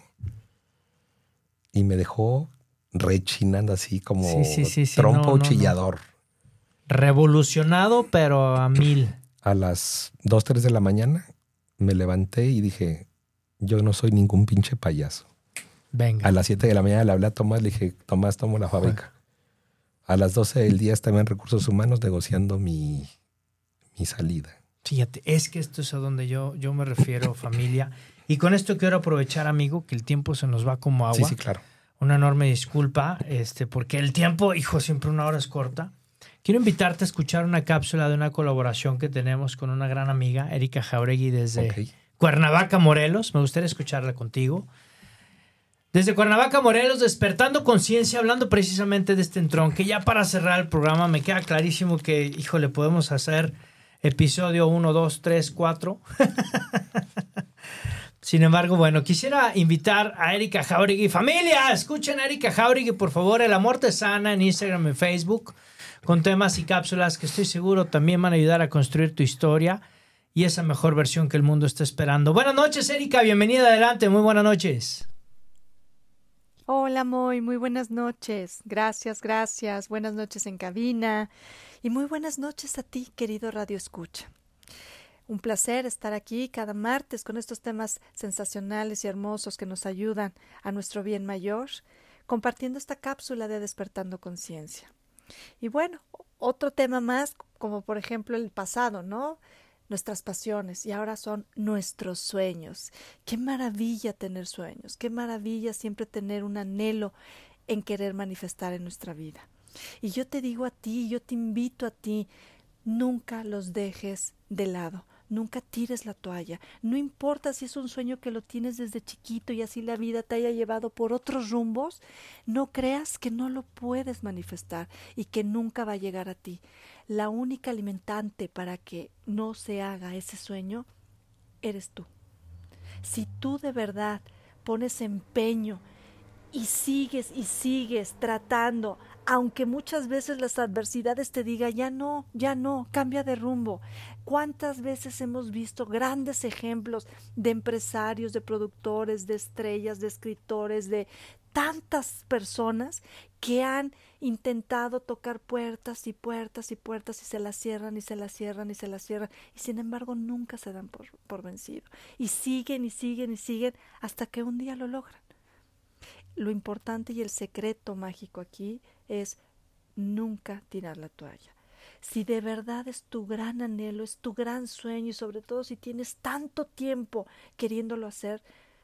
y me dejó rechinando así como Sí, sí, sí, sí, trompo no, no, chillador. No. Revolucionado, pero a mil. A las dos, tres de la mañana me levanté y dije, yo no soy ningún pinche payaso. Venga. A las siete de la mañana le hablé a Tomás, le dije, Tomás, tomo la fábrica. A las doce del día estaba en Recursos Humanos negociando mi, mi salida. Fíjate, es que esto es a donde yo, yo me refiero, familia. Y con esto quiero aprovechar, amigo, que el tiempo se nos va como agua. Sí, sí, claro. Una enorme disculpa, este, porque el tiempo, hijo, siempre una hora es corta. Quiero invitarte a escuchar una cápsula de una colaboración que tenemos con una gran amiga, Erika Jauregui, desde okay. Cuernavaca, Morelos. Me gustaría escucharla contigo. Desde Cuernavaca, Morelos, despertando conciencia, hablando precisamente de este entrón, que ya para cerrar el programa me queda clarísimo que, híjole, podemos hacer episodio uno, dos, tres, cuatro. Sin embargo, bueno, quisiera invitar a Erika Jauregui. Familia, escuchen a Erika Jauregui, por favor, El Amor Te Sana en Instagram y Facebook, con temas y cápsulas que estoy seguro también van a ayudar a construir tu historia y esa mejor versión que el mundo está esperando. Buenas noches, Erika, bienvenida, adelante, muy buenas noches. Hola, Moy, muy buenas noches. Gracias, gracias. Buenas noches en cabina y muy buenas noches a ti, querido Radio Escucha. Un placer estar aquí cada martes con estos temas sensacionales y hermosos que nos ayudan a nuestro bien mayor, compartiendo esta cápsula de Despertando Conciencia. Y bueno, otro tema más, como por ejemplo el pasado, ¿no? Nuestras pasiones, y ahora son nuestros sueños. Qué maravilla tener sueños, qué maravilla siempre tener un anhelo en querer manifestar en nuestra vida. Y yo te digo a ti, yo te invito a ti, nunca los dejes de lado. Nunca tires la toalla. No importa si es un sueño que lo tienes desde chiquito y así la vida te haya llevado por otros rumbos, no creas que no lo puedes manifestar y que nunca va a llegar a ti. La única alimentante para que no se haga ese sueño eres tú. Si tú de verdad pones empeño y sigues y sigues tratando, aunque muchas veces las adversidades te digan, ya no, ya no, cambia de rumbo. ¿Cuántas veces hemos visto grandes ejemplos de empresarios, de productores, de estrellas, de escritores, de tantas personas que han intentado tocar puertas y puertas y puertas y se las cierran y se las cierran y se las cierran y sin embargo nunca se dan por, por vencido y siguen y siguen y siguen hasta que un día lo logran? Lo importante y el secreto mágico aquí es nunca tirar la toalla. Si de verdad es tu gran anhelo, es tu gran sueño y sobre todo si tienes tanto tiempo queriéndolo hacer,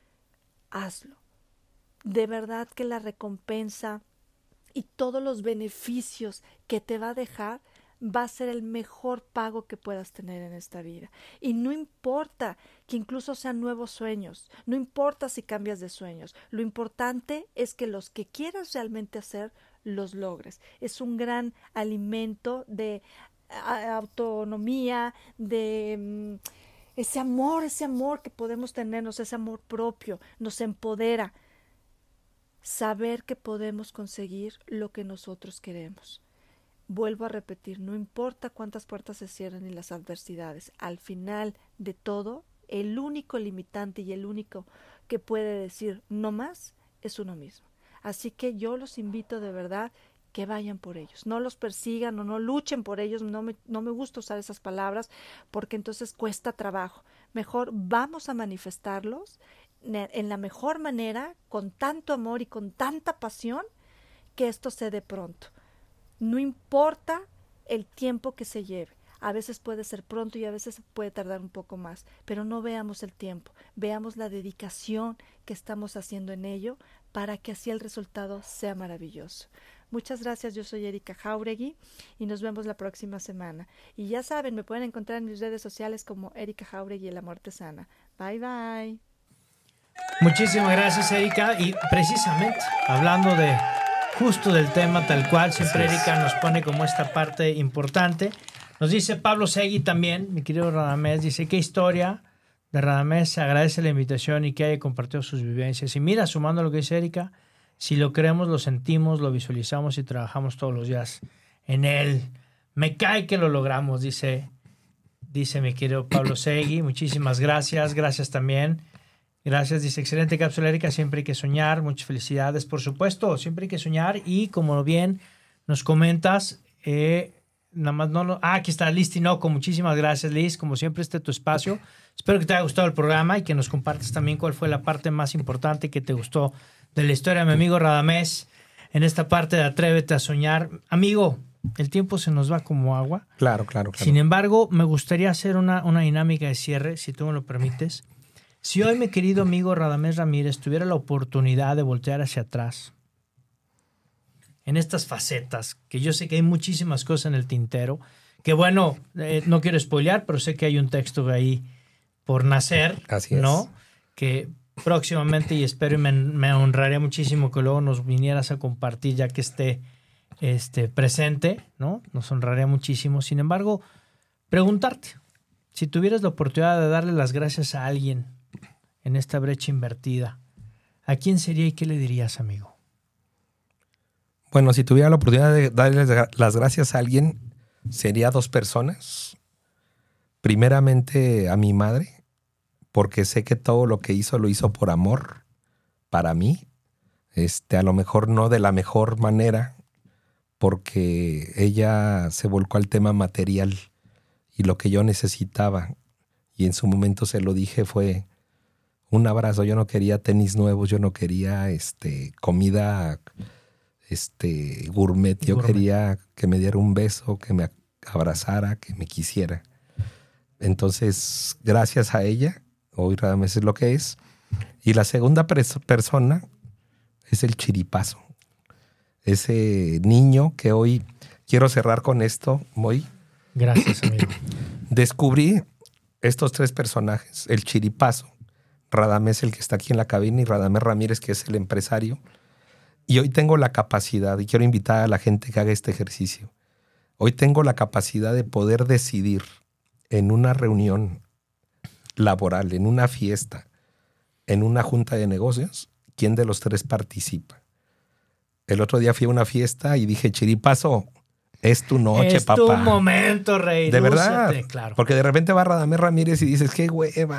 hazlo. De verdad que la recompensa y todos los beneficios que te va a dejar va a ser el mejor pago que puedas tener en esta vida. Y no importa que incluso sean nuevos sueños, no importa si cambias de sueños, lo importante es que los que quieras realmente hacer, los logres. Es un gran alimento de autonomía, de um, ese amor, ese amor que podemos tenernos, ese amor propio, nos empodera. Saber que podemos conseguir lo que nosotros queremos. Vuelvo a repetir, no importa cuántas puertas se cierren y las adversidades, al final de todo, el único limitante y el único que puede decir no más es uno mismo. Así que yo los invito de verdad que vayan por ellos, no los persigan o no luchen por ellos, no me, no me gusta usar esas palabras porque entonces cuesta trabajo. Mejor vamos a manifestarlos, en la mejor manera, con tanto amor y con tanta pasión, que esto se dé pronto. No importa el tiempo que se lleve. A veces puede ser pronto y a veces puede tardar un poco más, pero no veamos el tiempo, veamos la dedicación que estamos haciendo en ello para que así el resultado sea maravilloso. Muchas gracias, yo soy Erika Jauregui y nos vemos la próxima semana. Y ya saben, me pueden encontrar en mis redes sociales como Erika Jauregui y La Muerte Sana. Bye, bye. Muchísimas gracias, Erika. Y precisamente, hablando de justo del tema tal cual, siempre Erika nos pone como esta parte importante. Nos dice Pablo Segui también, mi querido Radamés, dice, qué historia de Radamés, se agradece la invitación y que haya compartido sus vivencias. Y mira, sumando lo que dice Erika, si lo creemos, lo sentimos, lo visualizamos y trabajamos todos los días en él. Me cae que lo logramos, dice, dice mi querido Pablo Segui. Muchísimas gracias, gracias también. Gracias, dice, excelente cápsula, Erika, siempre hay que soñar, muchas felicidades, por supuesto, siempre hay que soñar y como bien nos comentas, eh, nada más no, no, ah, aquí está Liz Tinoco, muchísimas gracias, Liz, como siempre este es tu espacio. Espero que te haya gustado el programa y que nos compartas también cuál fue la parte más importante que te gustó de la historia de mi amigo Radamés en esta parte de Atrévete a Soñar. Amigo, el tiempo se nos va como agua. Claro, claro, claro. Sin embargo, me gustaría hacer una, una dinámica de cierre, si tú me lo permites. Si hoy mi querido amigo Radamés Ramírez tuviera la oportunidad de voltear hacia atrás en estas facetas, que yo sé que hay muchísimas cosas en el tintero, que bueno, eh, no quiero spoilear, pero sé que hay un texto ahí por nacer, así es, ¿no? Que próximamente, y espero y me, me honraría muchísimo que luego nos vinieras a compartir ya que esté este, presente, ¿no? Nos honraría muchísimo. Sin embargo, preguntarte, si tuvieras la oportunidad de darle las gracias a alguien en esta brecha invertida, ¿a quién sería y qué le dirías, amigo? Bueno, si tuviera la oportunidad de darles las gracias a alguien, sería a dos personas. Primeramente a mi madre, porque sé que todo lo que hizo lo hizo por amor para mí. Este, a lo mejor no de la mejor manera, porque ella se volcó al tema material y lo que yo necesitaba. Y en su momento se lo dije, fue un abrazo. Yo no quería tenis nuevos, yo no quería este, comida este, gourmet. Yo Gourmet. quería que me diera un beso, que me abrazara, que me quisiera. Entonces, gracias a ella, hoy Radamés es lo que es. Y la segunda pres- persona es el chiripazo. Ese niño que hoy, quiero cerrar con esto, Moy. Gracias, amigo. Descubrí estos tres personajes, el chiripazo, Radamés, el que está aquí en la cabina, y Radamés Ramírez, que es el empresario. Y hoy tengo la capacidad, y quiero invitar a la gente que haga este ejercicio, hoy tengo la capacidad de poder decidir en una reunión laboral, en una fiesta, en una junta de negocios, quién de los tres participa. El otro día fui a una fiesta y dije, chiripazo, es tu noche, es papá. Es tu momento, rey. De verdad. Lúcete, claro. Porque de repente va Radamés Ramírez y dices, qué hueva.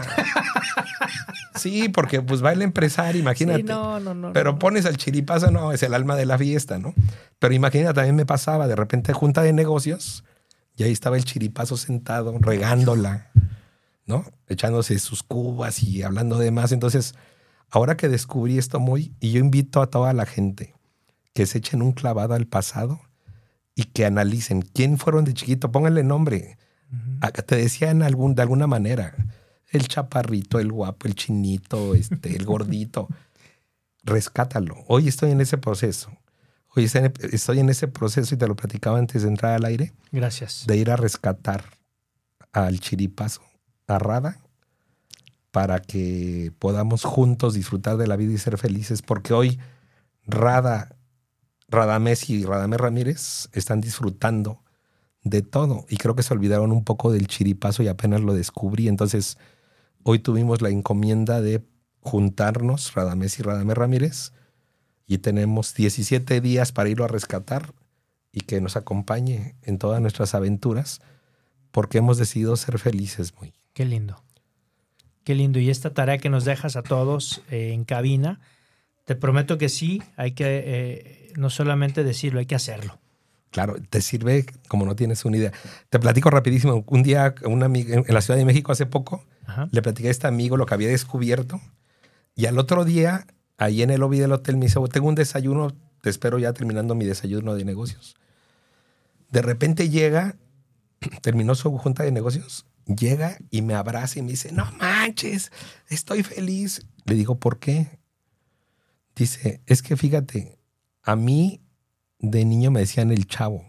Sí, porque pues va el empresario, imagínate. Sí, no, no, no, Pero no. pones al chiripazo, no, es el alma de la fiesta, ¿no? Pero imagínate, también me pasaba, de repente junta de negocios, y ahí estaba el chiripazo sentado, regándola, ¿no? Echándose sus cubas y hablando de más. Entonces, ahora que descubrí esto muy, y yo invito a toda la gente que se echen un clavado al pasado y que analicen quién fueron de chiquito, pónganle nombre. Uh-huh. Te decían algún, de alguna manera, el chaparrito, el guapo, el chinito, este, el gordito. Rescátalo. Hoy estoy en ese proceso. Hoy estoy en ese proceso y te lo platicaba antes de entrar al aire. Gracias. De ir a rescatar al chiripazo, a Rada, para que podamos juntos disfrutar de la vida y ser felices. Porque hoy Rada, Radamés y Radamés Ramírez están disfrutando de todo. Y creo que se olvidaron un poco del chiripazo y apenas lo descubrí. Entonces, hoy tuvimos la encomienda de juntarnos, Radamés y Radamés Ramírez, y tenemos diecisiete días para irlo a rescatar y que nos acompañe en todas nuestras aventuras, porque hemos decidido ser felices. Muy. Qué lindo. Qué lindo. Y esta tarea que nos dejas a todos eh, en cabina, te prometo que sí, hay que eh, no solamente decirlo, hay que hacerlo. Claro, te sirve como no tienes una idea. Te platico rapidísimo. Un día, una amiga en la Ciudad de México hace poco, ajá, le platiqué a este amigo lo que había descubierto Y al otro día, ahí en el lobby del hotel, me dice, tengo un desayuno, te espero ya terminando mi desayuno de negocios. De repente llega, terminó su junta de negocios, llega y me abraza y me dice, no manches, estoy feliz. Le digo, ¿por qué? Dice, es que fíjate, a mí de niño me decían el chavo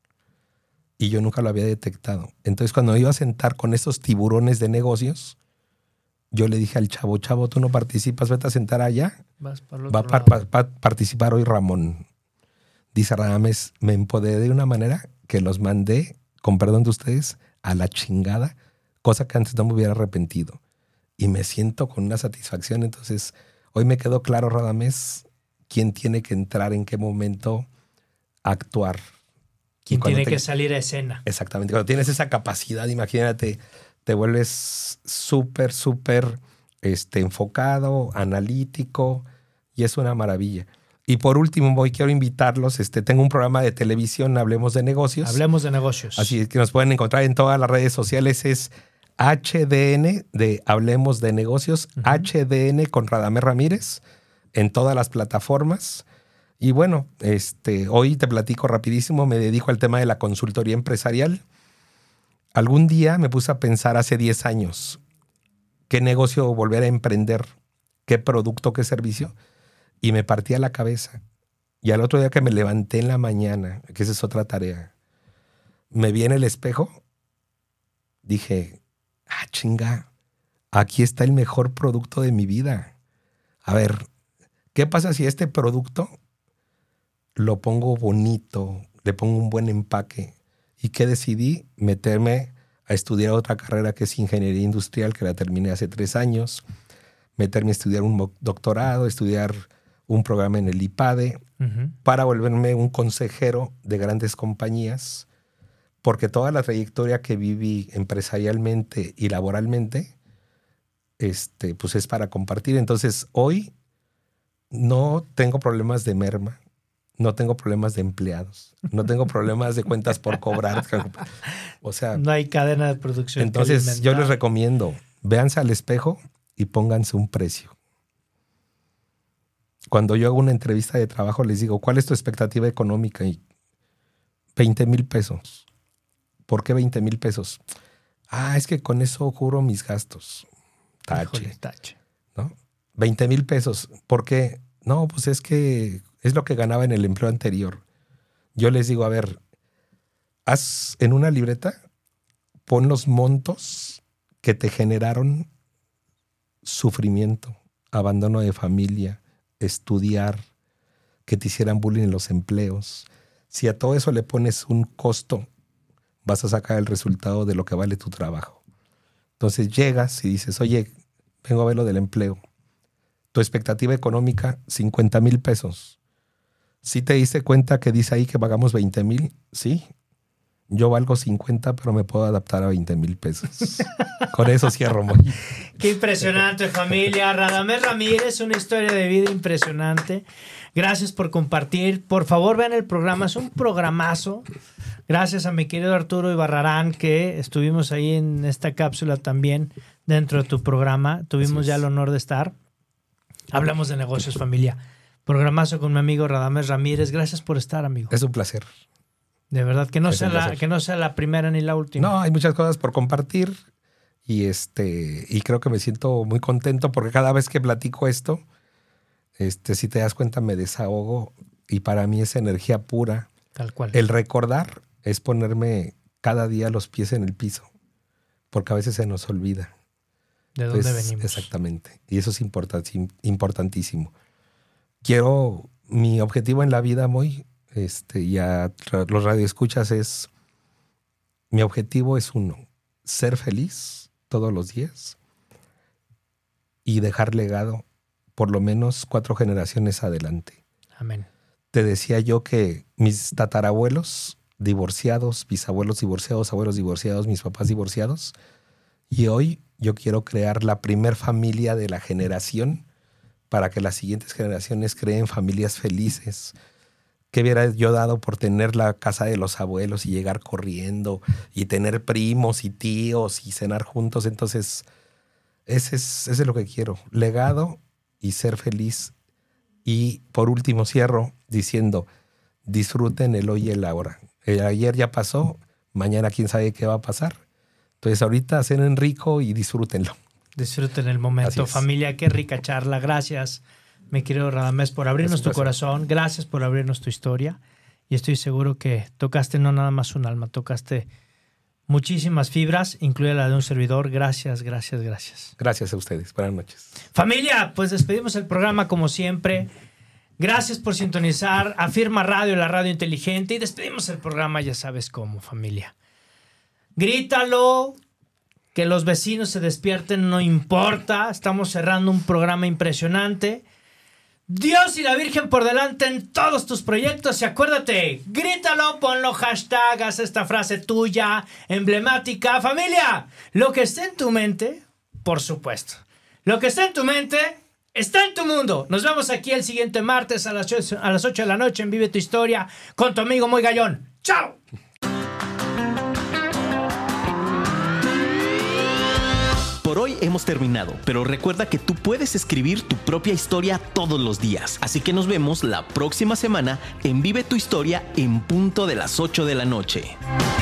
y yo nunca lo había detectado. Entonces cuando me iba a sentar con esos tiburones de negocios, yo le dije al chavo, chavo, tú no participas, vete a sentar allá. Vas para el Va a otro par- lado. pa- pa- participar hoy Ramón. Dice Radames, me empoderé de una manera que los mandé, con perdón de ustedes, a la chingada, cosa que antes no me hubiera arrepentido. Y me siento con una satisfacción. Entonces, hoy me quedó claro, Radames, quién tiene que entrar, en qué momento a actuar. ¿Quién Y cuando tiene te- que salir a escena? Exactamente. Cuando tienes esa capacidad, imagínate, te vuelves súper, súper este, enfocado, analítico, y es una maravilla. Y por último, voy, quiero invitarlos. Este, tengo un programa de televisión, Hablemos de Negocios. Hablemos de negocios. Así es que nos pueden encontrar en todas las redes sociales. Es H D N de Hablemos de Negocios, Ujú. H D N con Radamés Ramírez, en todas las plataformas. Y bueno, este, hoy te platico rapidísimo, me dedico al tema de la consultoría empresarial. Algún día me puse a pensar hace diez años qué negocio volver a emprender, qué producto, qué servicio, y me partía la cabeza. Y al otro día que me levanté en la mañana, que esa es otra tarea, me vi en el espejo, dije, ah, chinga, aquí está el mejor producto de mi vida. A ver, ¿qué pasa si este producto lo pongo bonito, le pongo un buen empaque? ¿Y qué decidí? Meterme a estudiar otra carrera que es ingeniería industrial, que la terminé hace tres años, meterme a estudiar un mo- doctorado, estudiar un programa en el IPADE, Ujú. para volverme un consejero de grandes compañías, porque toda la trayectoria que viví empresarialmente y laboralmente, este, pues es para compartir. Entonces, hoy no tengo problemas de merma, no tengo problemas de empleados, no tengo problemas de cuentas por cobrar. O sea, No hay cadena de producción. que entonces yo alimentar. les recomiendo, véanse al espejo y pónganse un precio. Cuando yo hago una entrevista de trabajo, les digo, ¿cuál es tu expectativa económica? Y veinte mil pesos. ¿Por qué veinte mil pesos? Ah, es que con eso cubro mis gastos. Tache, Híjole, tache. ¿no? veinte mil pesos. ¿Por qué? No, pues es que es lo que ganaba en el empleo anterior. Yo les digo, a ver, haz en una libreta, pon los montos que te generaron sufrimiento, abandono de familia, estudiar, que te hicieran bullying en los empleos. Si a todo eso le pones un costo, vas a sacar el resultado de lo que vale tu trabajo. Entonces llegas y dices, oye, vengo a ver lo del empleo. Tu expectativa económica, cincuenta mil pesos. ¿Sí te diste cuenta que dice ahí que pagamos veinte mil? Sí. Yo valgo cincuenta, pero me puedo adaptar a veinte mil pesos. Con eso cierro, Moy. Qué impresionante, familia. Radamés Ramírez, una historia de vida impresionante. Gracias por compartir. Por favor, vean el programa. Es un programazo. Gracias a mi querido Arturo Ibarrarán, que estuvimos ahí en esta cápsula también dentro de tu programa. Tuvimos ya el honor de estar. Hablamos de negocios, familia. Programazo con mi amigo Radamés Ramírez. Gracias por estar, amigo. Es un placer. De verdad, que no, Es sea un la, placer. que no sea la primera ni la última. No, hay muchas cosas por compartir y este y creo que me siento muy contento porque cada vez que platico esto, este, si te das cuenta, me desahogo y para mí es energía pura. Tal cual. El recordar es ponerme cada día los pies en el piso, porque a veces se nos olvida. ¿De dónde Pues, venimos? Exactamente. Y eso es importanti- importantísimo. Quiero, mi objetivo en la vida, Moy, este, y a tra- los radioescuchas es, mi objetivo es uno, ser feliz todos los días y dejar legado por lo menos cuatro generaciones adelante. Amén. Te decía yo que mis tatarabuelos divorciados, bisabuelos divorciados, abuelos divorciados, mis papás divorciados, y hoy yo quiero crear la primer familia de la generación para que las siguientes generaciones creen familias felices. ¿Qué hubiera yo dado por tener la casa de los abuelos y llegar corriendo y tener primos y tíos y cenar juntos? Entonces, ese es, ese es lo que quiero. Legado y ser feliz. Y por último cierro diciendo, disfruten el hoy y el ahora. El ayer ya pasó, mañana quién sabe qué va a pasar. Entonces ahorita cenen rico y disfrútenlo. Disfruten el momento, familia. Qué rica charla. Gracias, mi querido Radamés, por abrirnos tu corazón. Gracias por abrirnos tu historia. Y estoy seguro que tocaste no nada más un alma, tocaste muchísimas fibras, incluida la de un servidor. Gracias, gracias, gracias. Gracias a ustedes. Buenas noches. Familia, pues despedimos el programa como siempre. Gracias por sintonizar Afirma Radio, la radio inteligente. Y despedimos el programa, ya sabes cómo, familia. Grítalo, que los vecinos se despierten, no importa. Estamos cerrando un programa impresionante. Dios y la Virgen por delante en todos tus proyectos. Y acuérdate, grítalo, ponlo hashtag, haz esta frase tuya, emblemática. Familia, lo que esté en tu mente, por supuesto. Lo que está en tu mente, está en tu mundo. Nos vemos aquí el siguiente martes a las ocho, a las ocho de la noche en Vive tu Historia con tu amigo Moy Gallón. ¡Chao! Por hoy hemos terminado, pero recuerda que tú puedes escribir tu propia historia todos los días. Así que nos vemos la próxima semana en Vive tu Historia en punto de las ocho de la noche.